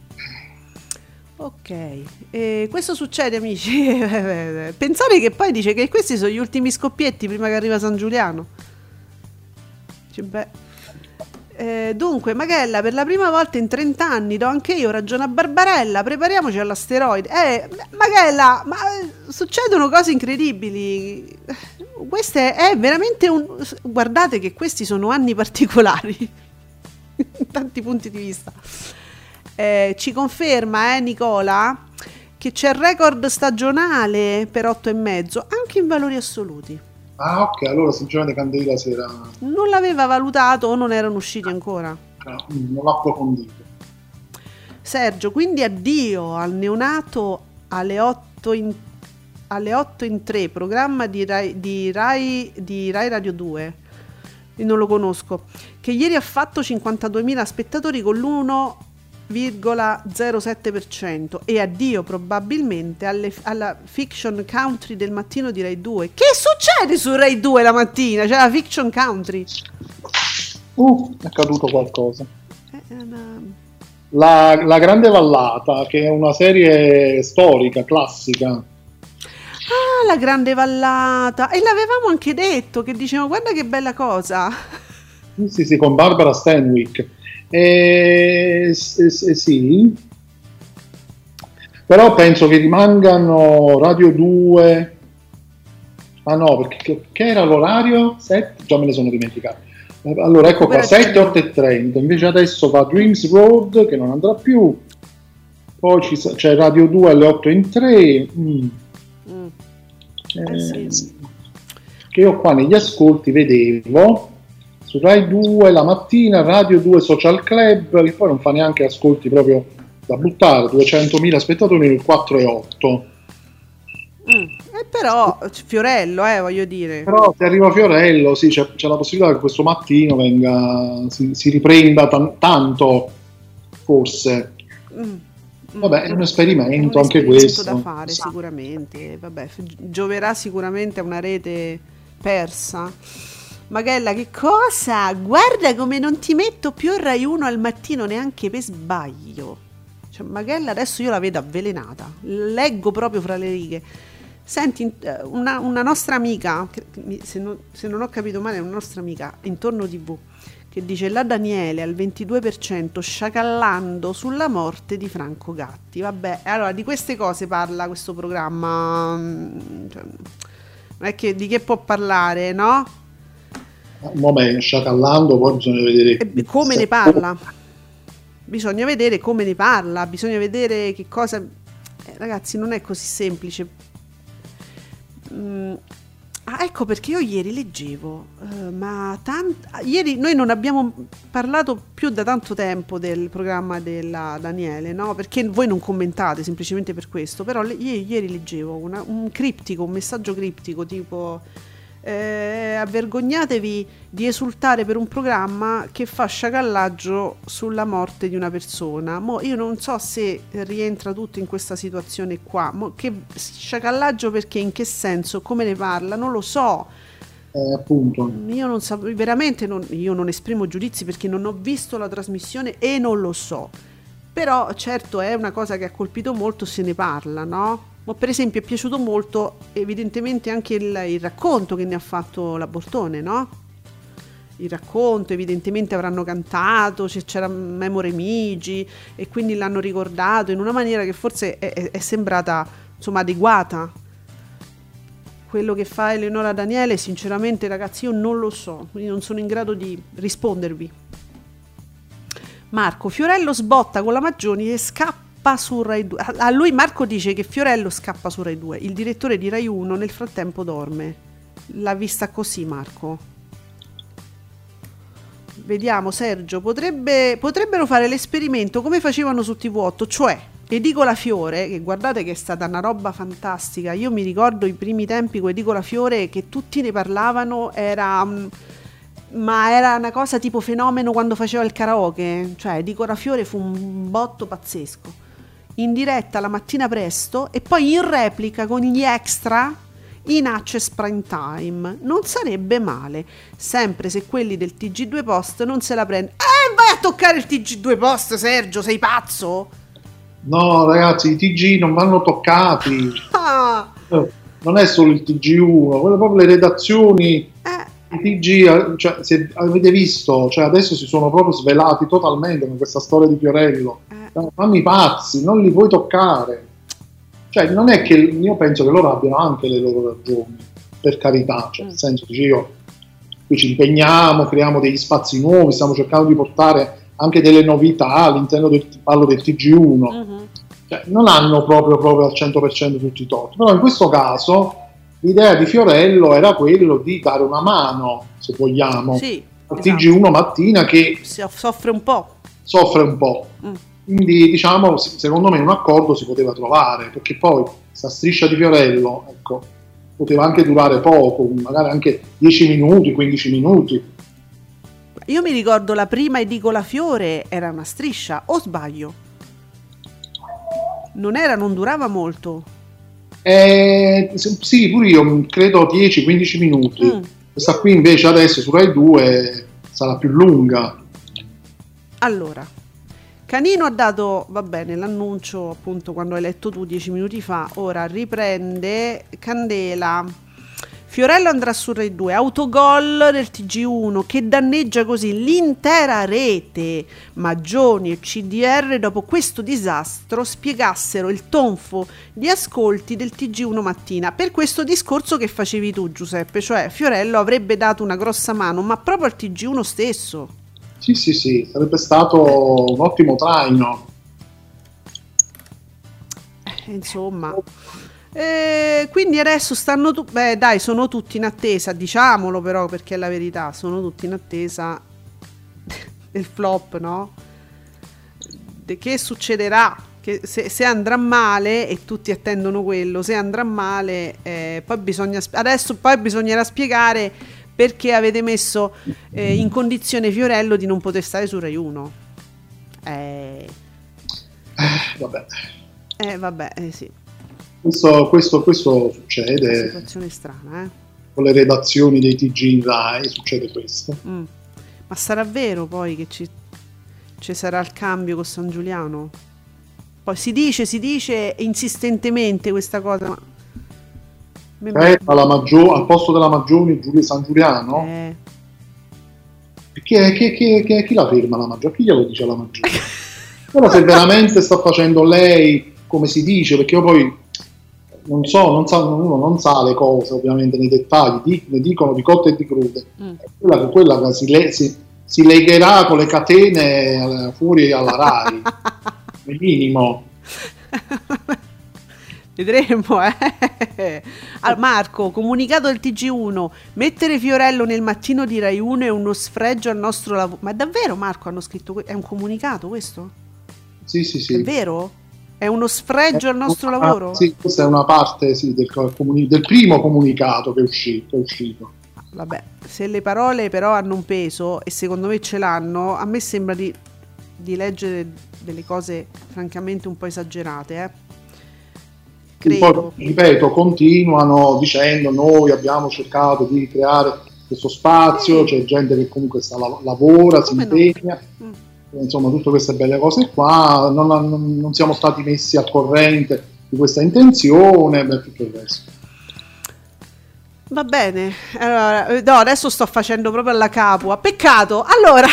Ok, e questo succede, amici. Pensare che poi dice che questi sono gli ultimi scoppietti prima che arriva San Giuliano. Cioè, beh. Eh, dunque, Maghella, per la prima volta in trenta anni do anche io ragione a Barbarella, prepariamoci all'asteroide. Eh, Maghella, ma succedono cose incredibili. Queste è veramente un... Guardate che questi sono anni particolari, in tanti punti di vista. Eh, ci conferma, eh, Nicola, che c'è il record stagionale per otto e mezzo, anche in valori assoluti. Ah, ok, allora stagione Candela si era... Non l'aveva valutato o non erano usciti ancora? No, non l'ha approfondito. Sergio, quindi addio al neonato alle otto in, alle otto in tre, programma di Rai, di Rai, di Rai Radio due. Io non lo conosco. Che ieri ha fatto cinquantaduemila spettatori con l'uno virgola zero sette per cento e addio probabilmente alle, alla Fiction Country del mattino di Rai due. Che succede su Rai due la mattina? C'è la Fiction Country. Uh, è caduto qualcosa. Eh, una... la, la Grande Vallata, che è una serie storica, classica. Ah, la Grande Vallata. E l'avevamo anche detto, che dicevamo guarda che bella cosa. Sì, sì, con Barbara Stanwyck. Eh, eh, sì, però penso che rimangano Radio due. Ah no, perché che era l'orario? sette? Già me ne sono dimenticato. Allora ecco qua, sette, otto e trenta. Invece adesso va Dreams Road, che non andrà più. Poi ci, c'è Radio due alle otto in tre. mm. Mm. Eh, eh, sì. Che io qua negli ascolti vedevo su Rai due la mattina, Radio due Social Club, che poi non fa neanche ascolti proprio da buttare, duecentomila spettatori nel quattro e otto. Mm, eh però Fiorello, eh, voglio dire. Però se arriva Fiorello, sì, c'è, c'è la possibilità che questo mattino venga, si, si riprenda t- tanto, forse. Mm. Vabbè, è un esperimento, è un anche esperimento questo. da fare, sì. Sicuramente. Vabbè, gioverà sicuramente a una rete persa. Maghella, che cosa? Guarda come non ti metto più il Rai uno al mattino neanche per sbaglio. Cioè, Maghella adesso io la vedo avvelenata. Leggo proprio fra le righe. Senti, eh, una, una nostra amica, che- mi- se non, se non ho capito male, è una nostra amica, Intorno T V, che dice la Daniele al ventidue per cento sciacallando sulla morte di Franco Gatti. Vabbè, allora di queste cose parla questo programma, mm, cioè, non è che di che può parlare, no? Vabbè, sciacallando, poi bisogna vedere E come ne parla? Bisogna vedere come ne parla, bisogna vedere che cosa... eh, ragazzi, non è così semplice. Mm, ah, ecco perché io ieri leggevo, eh, ma tant- ieri noi non abbiamo parlato più da tanto tempo del programma della Daniele, no? Perché voi non commentate semplicemente per questo, però le- ieri, ieri leggevo una- un criptico, un messaggio criptico tipo eh, avvergognatevi di esultare per un programma che fa sciacallaggio sulla morte di una persona. Mo io non so se rientra tutto in questa situazione qua. Mo che sciacallaggio perché, in che senso, come ne parla, non lo so. eh, appunto. Io non so, veramente non, io non esprimo giudizi perché non ho visto la trasmissione e non lo so. Però certo è una cosa che ha colpito molto, se ne parla, no? Ma per esempio è piaciuto molto evidentemente anche il, il racconto che ne ha fatto la Bortone, no? Il racconto, evidentemente avranno cantato, c- c'era Memo Remigi e quindi l'hanno ricordato in una maniera che forse è, è- è sembrata, insomma, adeguata. Quello che fa Eleonora Daniele, sinceramente ragazzi, io non lo so, quindi non sono in grado di rispondervi. Marco, Fiorello sbotta con la Maggioni e scappa su Rai due. A a lui Marco dice che Fiorello scappa su Rai due, il direttore di Rai uno nel frattempo dorme. L'ha vista così Marco? Vediamo Sergio, potrebbe, potrebbero fare l'esperimento come facevano su T V otto, cioè Edicola Fiore, che guardate che è stata una roba fantastica. Io mi ricordo i primi tempi con Edicola Fiore che tutti ne parlavano, era... mm, ma era una cosa tipo fenomeno quando faceva il karaoke, cioè Edicola Fiore fu un botto pazzesco. In diretta la mattina presto e poi in replica con gli extra in access prime time. Non sarebbe male, sempre se quelli del T G due Post non se la prendono. Eh, vai a toccare il T G due Post, Sergio, sei pazzo? No, ragazzi, i T G non vanno toccati. Ah, Eh, Non è solo il T G uno, quelle proprio le redazioni, eh, i T G, eh, cioè, se avete visto, cioè adesso si sono proprio svelati totalmente con questa storia di Fiorello. eh. Eh, Fanno i pazzi, non li puoi toccare. Cioè, non è che io penso che loro abbiano anche le loro ragioni, per carità, cioè, nel senso, dice io, qui ci impegniamo, creiamo degli spazi nuovi, stiamo cercando di portare anche delle novità all'interno del, parlo del T G uno. Mhm. Cioè, non hanno proprio, proprio al cento per cento tutti i torti, però in questo caso l'idea di Fiorello era quello di dare una mano, se vogliamo, Sì, al esatto. T G uno mattina che Si soffre un po'. soffre un po'. Mm. Quindi diciamo, s- secondo me un accordo si poteva trovare, perché poi questa striscia di Fiorello, ecco, poteva anche durare poco, magari anche dieci minuti, quindici minuti. Io mi ricordo la prima Edicola Fiore era una striscia, o sbaglio? Non era, non durava molto. Eh, s- sì, pure io mh, credo dieci quindici minuti. Mm. Questa qui invece adesso su Rai due sarà più lunga. Allora, Canino ha dato, va bene, l'annuncio appunto quando hai letto tu dieci minuti fa. Ora riprende Candela. Fiorello andrà su Rai due, autogol del T G uno che danneggia così l'intera rete. Maggioni e C D R dopo questo disastro spiegassero il tonfo di ascolti del T G uno mattina per questo discorso che facevi tu Giuseppe, cioè Fiorello avrebbe dato una grossa mano, ma proprio al T G uno stesso. Sì, sì, sì, sarebbe stato un ottimo traino. Eh, insomma, Eh, quindi adesso stanno tu- beh dai, sono tutti in attesa, diciamolo però perché è la verità, sono tutti in attesa del flop, no? De che succederà, che se, se andrà male, e tutti attendono quello, se andrà male eh, poi bisogna sp- adesso poi bisognerà spiegare perché avete messo eh, in condizione Fiorello di non poter stare su Rai uno. Eh, Eh, vabbè, eh vabbè, eh sì, questo, questo, questo una succede situazione strana, eh. con le redazioni dei T G in Rai, succede questo. Mm. Ma sarà vero poi che ci, ci sarà il cambio con San Giuliano? Poi si dice, si dice insistentemente questa cosa, ma Me- Eh, alla Maggio- al posto della Maggioni Giulia San Giuliano? Eh. Chi, è- chi, chi, chi, chi la firma la Maggioni? Chi glielo dice la Maggioni? Però se veramente sta facendo lei come si dice, perché io poi non so, non sa, uno non sa le cose ovviamente nei dettagli, di- ne dicono di cotte e di crude. Mm. Quella, quella che si, le- si- si legherà con le catene eh, fuori alla Rai, il minimo. Vedremo, eh. Al Marco, comunicato del T G uno, mettere Fiorello nel mattino di Rai uno è uno sfregio al nostro lavoro. Ma davvero, Marco, hanno scritto que- è un comunicato questo? Sì, sì, sì. È vero? È uno sfregio al nostro Ah, lavoro? sì, questa è una parte sì, del, comuni- del primo comunicato che è uscito. Che è uscito. Vabbè, se le parole però hanno un peso, e secondo me ce l'hanno, a me sembra di, di leggere delle cose francamente un po' esagerate, eh. Credo. Poi, ripeto, continuano dicendo noi abbiamo cercato di creare questo spazio, c'è gente che comunque sta, lavora, si Come no? impegna, Mm. insomma tutte queste belle cose qua, non, non- non siamo stati messi al corrente di questa intenzione, beh, tutto il resto. Va bene, allora, eh, no, adesso sto facendo proprio alla capua. Peccato, allora...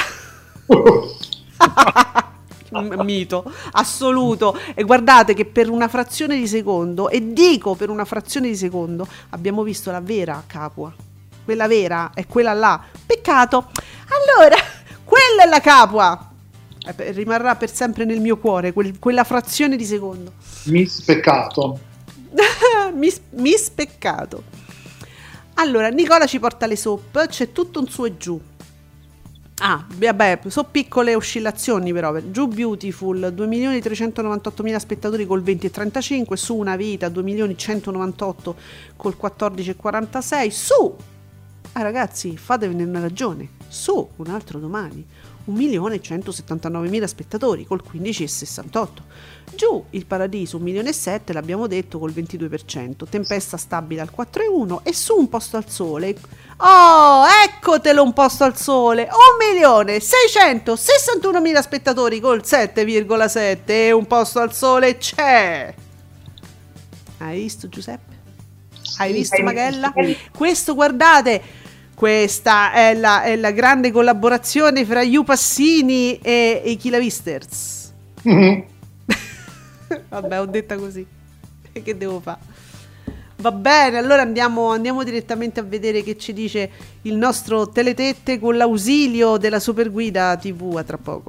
Un mito assoluto. E guardate che per una frazione di secondo, e dico per una frazione di secondo, abbiamo visto la vera Capua. Quella vera è quella là. Peccato. Allora, quella è la Capua. Eh, beh, rimarrà per sempre nel mio cuore quel- quella frazione di secondo. Miss Peccato. Mis, mispeccato. Allora, Nicola ci porta le soap, c'è tutto un su e giù. Ah, vabbè, sono piccole oscillazioni però. Giù Beautiful, due milioni trecentonovantottomila spettatori col venti virgola trentacinque, su Una Vita due milioni centonovantotto col quattordici virgola quarantasei, su, ah ragazzi, fatevene una ragione, su Un Altro Domani, un milione centosettantanovemila spettatori col quindici virgola sessantotto, giù Il Paradiso un milione e sette, l'abbiamo detto, col ventidue per cento, Tempesta stabile al quattro virgola uno e su Un Posto al Sole, oh eccotelo Un Posto al Sole, un milione seicentosessantunomila spettatori col sette virgola sette, e Un Posto al Sole c'è. Hai visto, Giuseppe? Hai visto, Magella? Questo, guardate, questa è la, è la grande collaborazione fra Iu Passini e, e i Chilavisters. Mhm. Vabbè, ho detta così. Che devo fare? Va bene, allora andiamo, andiamo direttamente a vedere che ci dice il nostro Teletette con l'ausilio della Superguida tivù. A tra poco.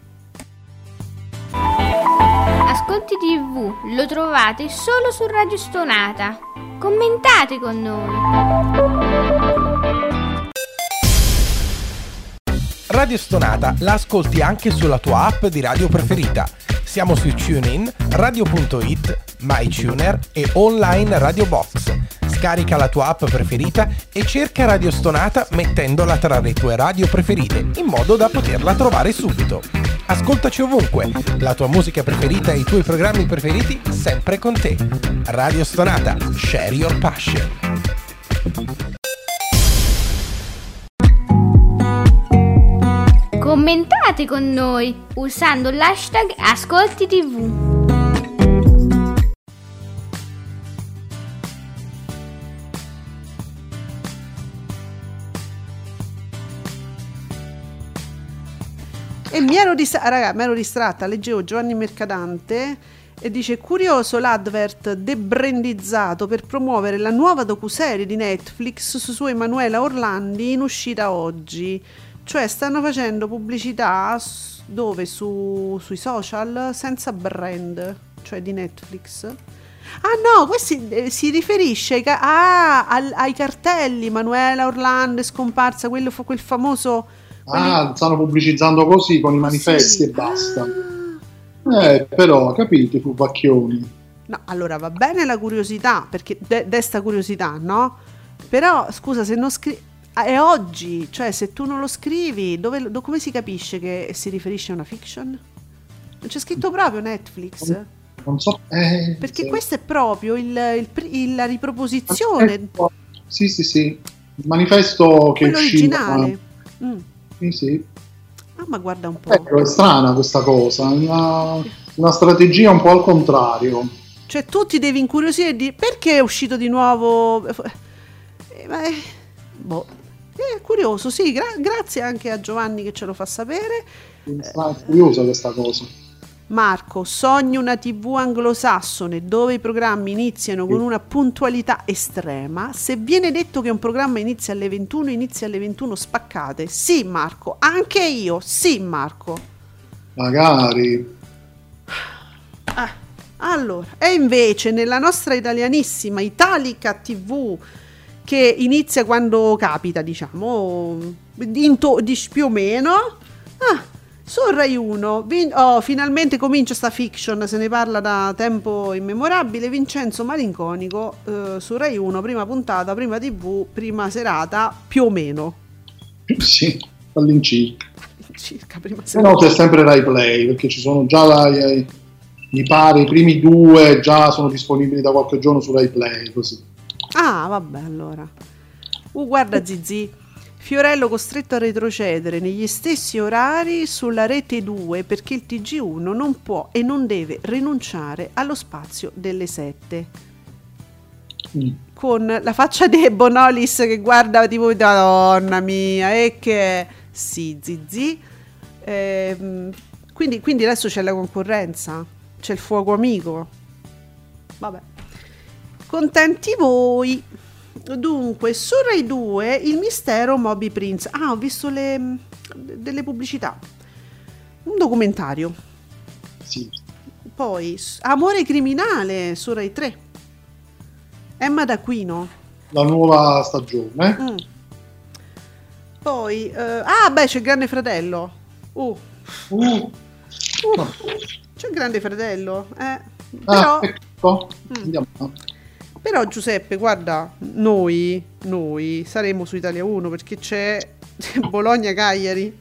Ascolti tivù lo trovate solo su Radio Stonata. Commentate con noi. Radio Stonata la ascolti anche sulla tua app di radio preferita. Siamo su TuneIn, radio punto it, MyTuner e online Radio Box. Scarica la tua app preferita e cerca Radio Stonata mettendola tra le tue radio preferite, in modo da poterla trovare subito. Ascoltaci ovunque, la tua musica preferita e i tuoi programmi preferiti sempre con te. Radio Stonata, share your passion. Commentate con noi usando l'hashtag Ascolti tivù. E mi ero, dis- raga, mi ero distratta, leggevo Giovanni Mercadante e dice: curioso l'advert debrandizzato per promuovere la nuova docuserie di Netflix su su Emanuela Orlandi in uscita oggi. Cioè stanno facendo pubblicità s- dove? Su, sui social senza brand, cioè di Netflix. Ah no, questo si, eh, si riferisce ai, ca- ah, al- ai cartelli. Emanuela Orlandi è scomparsa, quello, fa- quel famoso... quelli- Ah, stanno pubblicizzando così con i manifesti Sì. e basta. Ah. Eh, però, capite, furbacchioni. No, allora va bene la curiosità, perché de- desta curiosità, no? Però, scusa, se non scrivi... È oggi, cioè se tu non lo scrivi, dove, lo- come si capisce che si riferisce a una fiction? Non c'è scritto proprio Netflix? Non so... Eh, Perché sì. questa è proprio il, il pri- il- la riproposizione, Sì, sì, sì. Il manifesto che è quello uscito. originale. Mm. Sì, sì. Ah, ma guarda un po'. Ecco, è strana questa cosa, una, una strategia un po' al contrario. Cioè tu ti devi incuriosire di perché è uscito di nuovo. Eh, ma è, boh, è curioso, sì, gra- grazie anche a Giovanni che ce lo fa sapere. È curiosa questa cosa. Marco, sogni una tivù anglosassone dove i programmi iniziano con una puntualità estrema. Se viene detto che un programma inizia alle ventuno, inizia alle ventuno spaccate. Sì, Marco, anche io, sì, Marco. Magari. Ah. Allora, e invece nella nostra italianissima Italica tivù, che inizia quando capita, diciamo, into, dic, più o meno, ah, su Rai uno, vin- oh, finalmente comincia sta fiction, se ne parla da tempo immemorabile, Vincenzo Malinconico, eh, su Rai uno, prima puntata, prima tivù, prima serata, più o meno. Sì, all'incirca. Circa prima Se serata. no c'è sempre Rai Play, perché ci sono già la... mi pare i primi due già sono disponibili da qualche giorno su Rai Play, così. Ah, vabbè, allora. Uh, guarda Zizi, Fiorello costretto a retrocedere negli stessi orari sulla rete due perché il T G uno non può e non deve rinunciare allo spazio delle sette. Mm. Con la faccia di Bonolis che guarda tipo, Madonna mia, e che sì, Zizi. Eh, quindi, quindi adesso c'è la concorrenza. C'è il fuoco amico. Vabbè. Contenti voi. Dunque, su Rai due il mistero Moby Prince. Ah, ho visto le delle pubblicità. Un documentario. Sì. Poi Amore criminale su Rai tre. Emma D'Aquino. La nuova stagione. Mm. Poi eh, ah, beh, c'è il Grande Fratello. Uh. Uh. Uh. No. C'è il Grande Fratello, eh. Però, ah, ecco. mm. Andiamo. Però Giuseppe, guarda, noi, noi saremo su Italia uno perché c'è Bologna-Cagliari.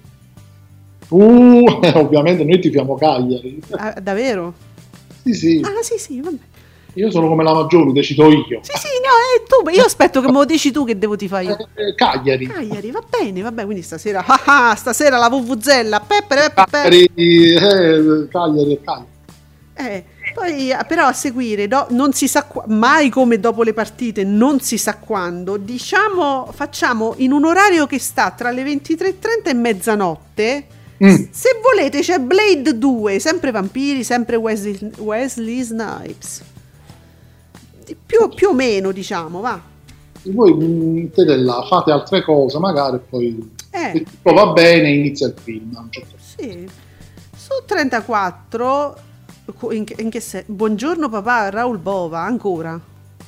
Uh, ovviamente noi tifiamo Cagliari. Ah, davvero? Sì, sì. Ah, sì, sì, vabbè. Io sono come la Maggiore, decido io. Sì, sì, no, eh, tu, io aspetto che me lo dici tu che devo ti fare io. Eh, Cagliari. Cagliari, va bene, va bene, quindi stasera, ah, ah, stasera la vuvuzela, peppe, peppe, peppe. Cagliari, eh, Cagliari e Cagliari. Eh, poi però a seguire, do, non si sa qua, mai come dopo le partite, non si sa quando, diciamo, facciamo in un orario che sta tra le ventitré e trenta e mezzanotte. Mm. Se volete c'è Blade due, sempre vampiri, sempre Wesley, Wesley Snipes. Più, più o meno, diciamo, va. E voi mettete là, fate altre cose magari, poi eh. se tutto va bene inizia il film. Certo. Sì. Su trentaquattro in, in che se, buongiorno papà, Raul Bova ancora.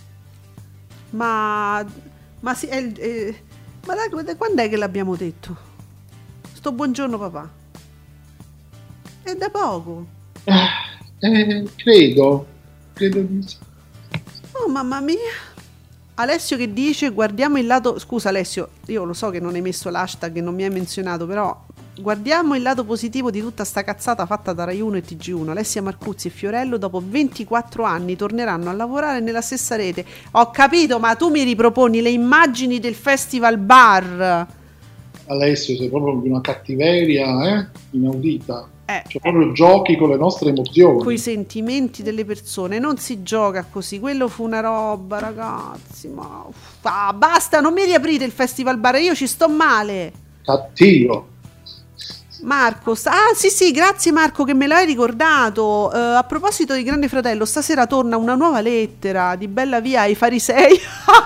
Ma ma sì, è, è, ma da, da quando è che l'abbiamo detto? Sto buongiorno papà. È da poco. Eh, eh, credo. Credo di sì. Oh mamma mia. Alessio che dice guardiamo il lato, scusa Alessio, io lo so che non hai messo l'hashtag e non mi hai menzionato, però guardiamo il lato positivo di tutta sta cazzata fatta da Rai uno e T G uno. Alessia Marcuzzi e Fiorello dopo ventiquattro anni torneranno a lavorare nella stessa rete. Ho capito, ma tu mi riproponi le immagini del Festival Bar. Alessio, sei proprio di una cattiveria eh? inaudita. Eh, cioè proprio giochi con le nostre emozioni, con i sentimenti delle persone, non si gioca così. Quello fu una roba, ragazzi, ma ah, basta, non mi riaprite il Festival Bar, io ci sto male. Cattivo. Marco, sta... ah sì sì, grazie Marco che me l'hai ricordato. Uh, a proposito di Grande Fratello, stasera torna una nuova lettera di Bella Via ai farisei.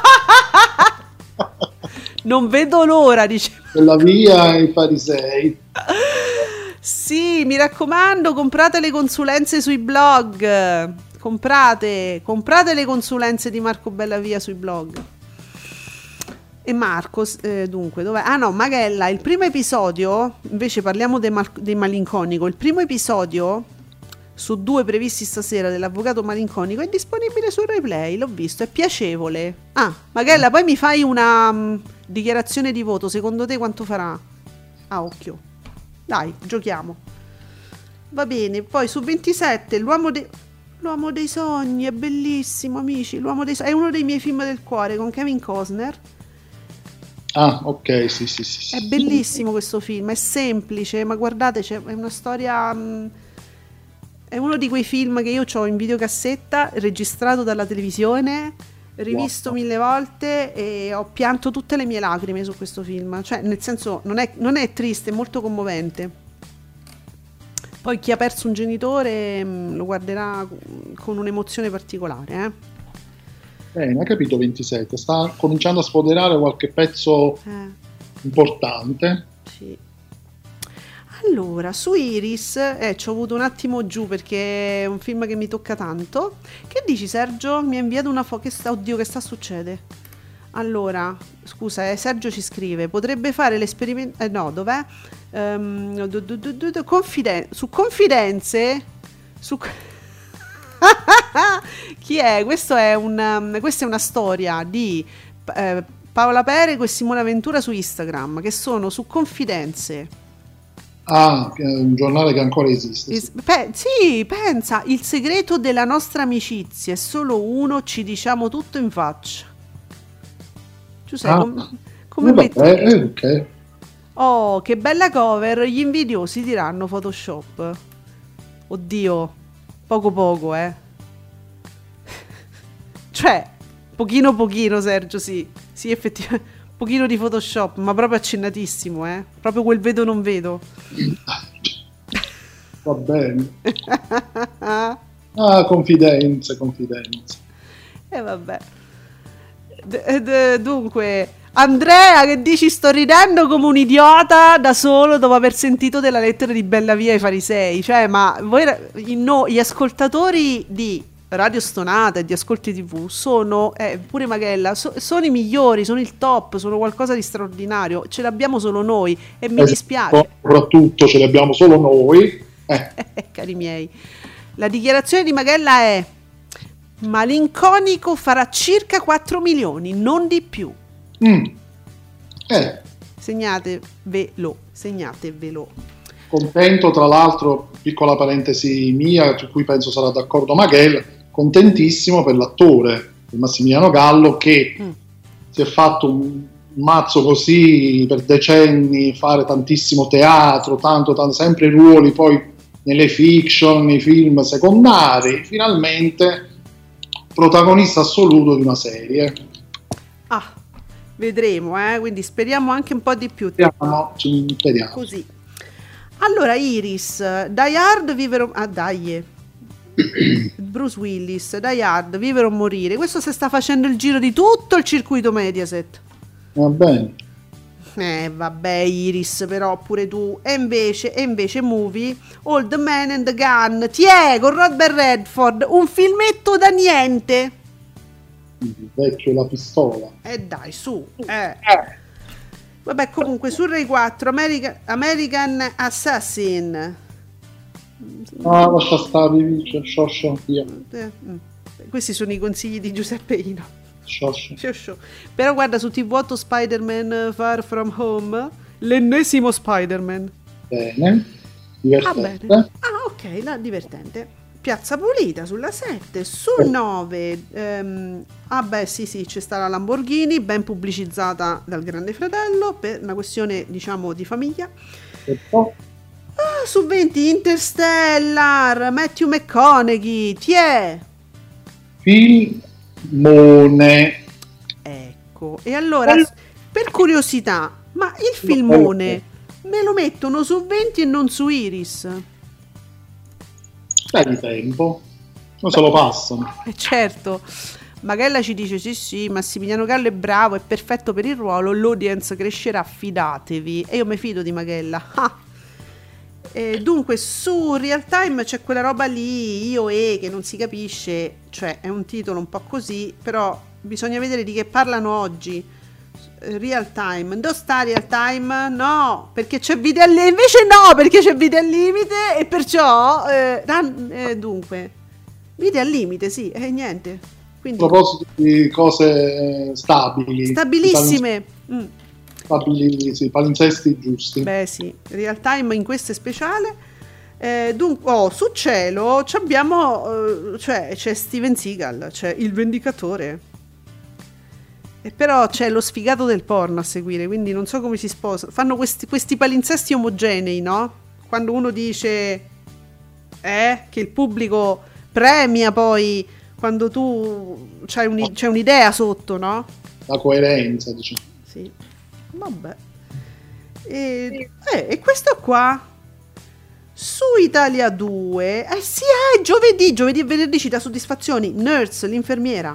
Non vedo l'ora, dice. Bella Via ai farisei. Sì, mi raccomando, comprate le consulenze sui blog. Comprate, comprate le consulenze di Marco Bellavia sui blog. E Marco, eh, dunque, dov'è? Ah no, Magella, il primo episodio, invece parliamo dei, Mar- dei Malinconico, il primo episodio su due previsti stasera dell'Avvocato Malinconico è disponibile su Replay, l'ho visto, è piacevole. Ah, Magella, poi mi fai una um, dichiarazione di voto, secondo te quanto farà? Ah, occhio. Dai, giochiamo. Va bene, poi su ventisette l'uomo, de- l'uomo dei sogni, è bellissimo amici, l'uomo dei sogni, è uno dei miei film del cuore con Kevin Costner. Ah, ok, sì, sì, sì. È bellissimo questo film, è semplice, ma guardate, c'è, è una storia... Mh, È uno di quei film che io ho in videocassetta, registrato dalla televisione, rivisto Wow. mille volte e ho pianto tutte le mie lacrime su questo film. Cioè, nel senso, non è, non è triste, è molto commovente. Poi chi ha perso un genitore mh, lo guarderà con un'emozione particolare, eh? Bene, hai capito ventisette, sta cominciando a sfoderare qualche pezzo Eh, importante. sì. Allora, su Iris, eh, ci ho avuto un attimo giù perché è un film che mi tocca tanto. Che dici, Sergio? Mi ha inviato una foto. Che sta, oddio, che sta succede? Allora, scusa, eh, Sergio ci scrive: potrebbe fare l'esperimento. Eh, no, dov'è? Ehm, du- du- du- du- du- confiden- su Confidenze. Su. Chi è? Questo è un, um, questa è una storia di eh, Paola Perego e Simona Ventura su Instagram, che sono su Confidenze. Ah, è un giornale che ancora esiste. Is- pe- sì, pensa, il segreto della nostra amicizia è solo uno, ci diciamo tutto in faccia. Giuseppe, Ah. com- come Eh, metti? vabbè, eh, ok. Oh, che bella cover, gli invidiosi diranno Photoshop. Oddio, poco poco, eh. Cioè, pochino pochino, Sergio, sì. Sì, effettivamente. Pochino di Photoshop, ma proprio accennatissimo, eh. Proprio quel vedo non vedo. Va bene. Ah, confidenze, confidenze. E vabbè. D- d- dunque, Andrea, che dici sto ridendo come un idiota da solo dopo aver sentito della lettera di Bellavia ai farisei. Cioè, ma voi, ra- i no- gli ascoltatori di Radio Stonata e di Ascolti tivù sono, eh, pure Magella, so- sono i migliori, sono il top, sono qualcosa di straordinario. Ce l'abbiamo solo noi e mi Eh, dispiace. Soprattutto ce li abbiamo solo noi. Eh, Eh, cari miei, la dichiarazione di Magella è: Malinconico farà circa quattro milioni, non di più. mm. Eh, Segnatevelo, segnatevelo. contento, tra l'altro, piccola parentesi mia, su cui penso sarà d'accordo Maghel, contentissimo per l'attore, per Massimiliano Gallo, che Mm. si è fatto un mazzo così per decenni, fare tantissimo teatro, tanto, tanto, sempre ruoli poi nelle fiction, nei film secondari, finalmente protagonista assoluto di una serie. Ah, vedremo, eh? Quindi speriamo anche un po' di più. Speriamo, ci speriamo. Così. Allora, Iris, Die Hard, vivere o... Ah, dai. Bruce Willis, Die Hard, vivere o morire. Questo si sta facendo il giro di tutto il circuito Mediaset. Va bene. Eh, vabbè, Iris, però pure tu. E invece, e invece Movie, Old Man and the Gun. Ti è, con Robert Redford, un filmetto da niente. Il vecchio e la pistola. Eh dai, su. Eh. Vabbè, comunque, su Rai quattro, American, American Assassin. Ah, lascia stare, dice, scioscio, via. Eh, mm. Questi sono i consigli di Giuseppe Ino. Scioscio. Show, show. Però guarda, su T V otto Spider-Man uh, Far From Home, l'ennesimo Spider-Man. Bene. Ah, Divertente. bene. Ah, ok, la divertente. Piazza Pulita sulla sette, sul nove. Ehm, ah, beh, sì, sì, c'è sta la Lamborghini, ben pubblicizzata dal Grande Fratello per una questione, diciamo, di famiglia. E poi, Ah, su venti Interstellar, Matthew McConaughey, ti è? filmone. Ecco, e allora, per curiosità, ma il filmone me lo mettono su venti e non su Iris? Dai di tempo. Non se lo passano. Eh certo, Magella ci dice sì sì, Massimiliano Gallo è bravo, è perfetto per il ruolo, l'audience crescerà, fidatevi. E io mi fido di Magella. Ah. E dunque su Real Time c'è quella roba lì, io e che non si capisce, cioè è un titolo un po' così, però bisogna vedere di che parlano oggi. Real Time, dove sta Real Time? No, perché c'è video al limite, invece no, perché c'è video al limite e perciò eh, ran- eh, dunque video al limite, sì, e eh, niente. Quindi A proposito di cose stabili. stabilissime. Mm. Stabili, sì, palinsesti giusti. Beh sì, Real Time in questo è speciale. Eh, dunque, oh, su Cielo abbiamo, eh, cioè c'è Steven Seagal, c'è il Vendicatore. E però c'è lo sfigato del porno a seguire, quindi non so come si sposa. Fanno questi, questi palinsesti omogenei, no? Quando uno dice eh? Che il pubblico premia poi quando tu c'hai, un, c'è un'idea sotto, no? La coerenza, diciamo. Sì, vabbè. E, eh, e questo qua su Italia due, eh sì, è giovedì, giovedì e venerdì ci dà soddisfazioni. Nurse, l'infermiera.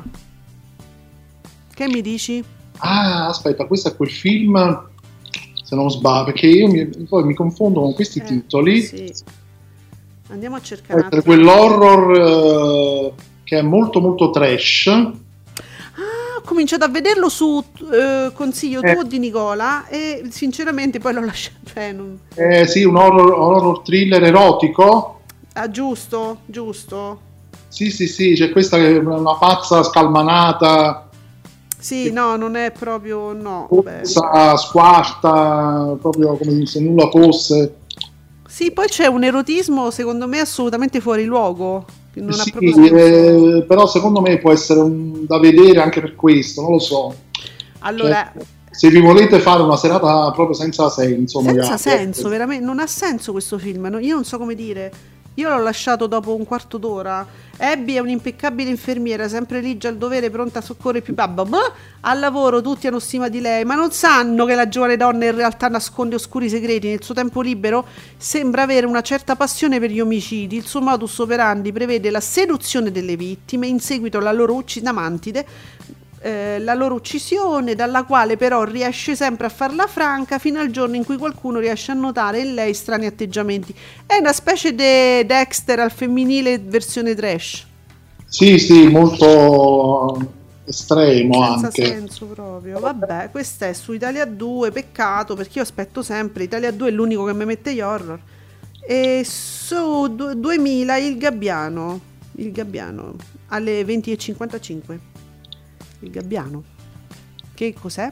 Che mi dici? Ah, aspetta, questo è quel film, se non sbaglio, perché io mi, poi mi confondo con questi Eh, titoli. sì. Andiamo a cercare un Per attimo. quell'horror eh, che è molto molto trash. Ah, ho cominciato a vederlo su eh, consiglio Eh. tuo di Nicola e sinceramente poi l'ho lasciato. Eh, non... Eh, sì, un horror, horror thriller erotico. Ah, giusto, giusto. Sì, sì, sì, c'è questa che è una pazza scalmanata, Sì, no, non è proprio, no. Beh. puzza, squarta, proprio come se nulla fosse. Sì, poi c'è un erotismo secondo me assolutamente fuori luogo, che non Sì, ha proprio senso. eh, però secondo me può essere un- da vedere anche per questo, non lo so. Allora, Cioè, se vi volete fare una serata proprio senza senso, senza magari, senso, veramente, non ha senso questo film, no? Io non so come dire. Io l'ho lasciato dopo un quarto d'ora. Abby è un'impeccabile infermiera, sempre lì già al dovere, pronta a soccorrere più babba. Bah, al lavoro tutti hanno stima di lei, ma non sanno che la giovane donna in realtà nasconde oscuri segreti. Nel suo tempo libero sembra avere una certa passione per gli omicidi. Il suo modus operandi prevede la seduzione delle vittime, in seguito alla loro uccisione Mantide, eh, la loro uccisione, dalla quale però riesce sempre a farla franca fino al giorno in cui qualcuno riesce a notare in lei strani atteggiamenti. È una specie di Dexter al femminile versione trash, Sì, sì, molto estremo senza anche. senso proprio. Vabbè, questa è su Italia due, peccato perché io aspetto sempre. Italia due è l'unico che mi mette gli horror. E su du- duemila il Gabbiano, il Gabbiano alle venti e cinquantacinque. Il Gabbiano. Che cos'è?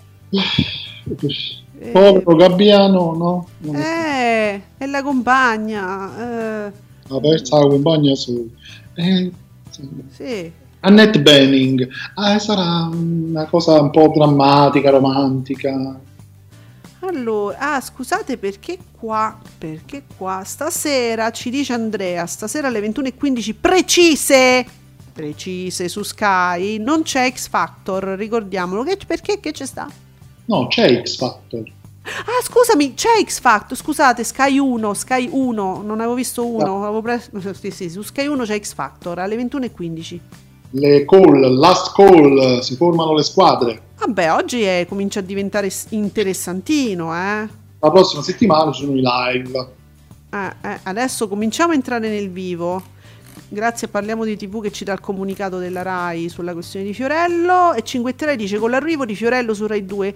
Povero Gabbiano, no? Non Eh, è la compagna. Eh, ha perso la compagna su. Eh, sì. sì. Annette Bening. Ah, sarà una cosa un po' drammatica, romantica. Allora, ah, scusate, perché qua? Perché qua? Stasera ci dice Andrea, stasera alle ventuno e quindici precise. Precise su Sky, non c'è X Factor, ricordiamolo. Che, perché che c'è sta? No, c'è X Factor. Ah, scusami, c'è X Factor, scusate, Sky uno, Sky uno, non avevo visto uno, avevo preso, sì, sì, su Sky uno c'è X Factor alle ventuno e quindici. Le call, last call, si formano le squadre. Vabbè, oggi è, comincia a diventare s- interessantino, eh. La prossima settimana ci sono i live. Eh, eh, adesso cominciamo a entrare nel vivo. Grazie a Parliamo di tivù che ci dà il comunicato della Rai sulla questione di Fiorello. E Cinquettera dice: con l'arrivo di Fiorello su Rai due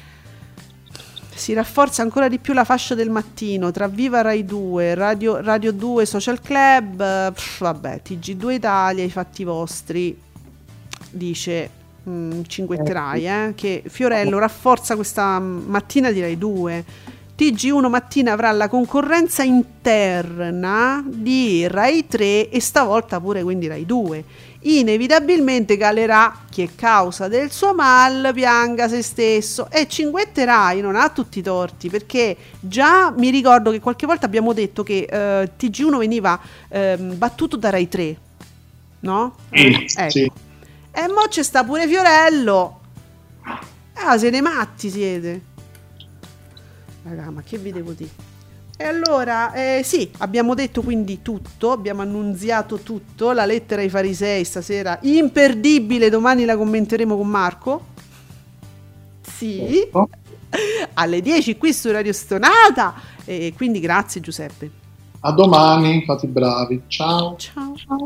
si rafforza ancora di più la fascia del mattino tra Viva Rai due, Radio, Radio due Social Club, eh, pff, vabbè, T G due Italia, i fatti vostri, dice mm, Cinquetterai, eh, che Fiorello rafforza questa mattina di Rai due. T G uno mattina avrà la concorrenza interna di Rai tre e stavolta pure quindi Rai due. Inevitabilmente calerà chi è causa del suo mal pianga se stesso, e Cinquetterai non ha tutti i torti, perché già mi ricordo che qualche volta abbiamo detto che eh, T G uno veniva eh, battuto da Rai tre, no? Sì, Ecco. sì. E mo c'è sta pure Fiorello. Ah, siete matti siete. Raga, ma che vi devo dire? E allora, eh, sì, abbiamo detto quindi tutto, abbiamo annunziato tutto, la lettera ai farisei stasera, imperdibile, domani la commenteremo con Marco. Sì, Oh. alle dieci qui su Radio Stonata, e quindi grazie Giuseppe. A domani, fate i bravi. Ciao. Ciao. Ciao.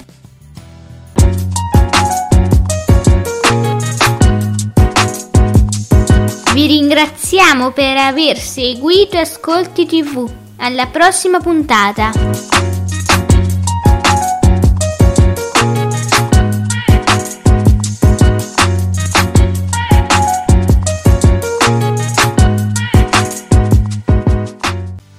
Vi ringraziamo per aver seguito Ascolti tivù. Alla prossima puntata.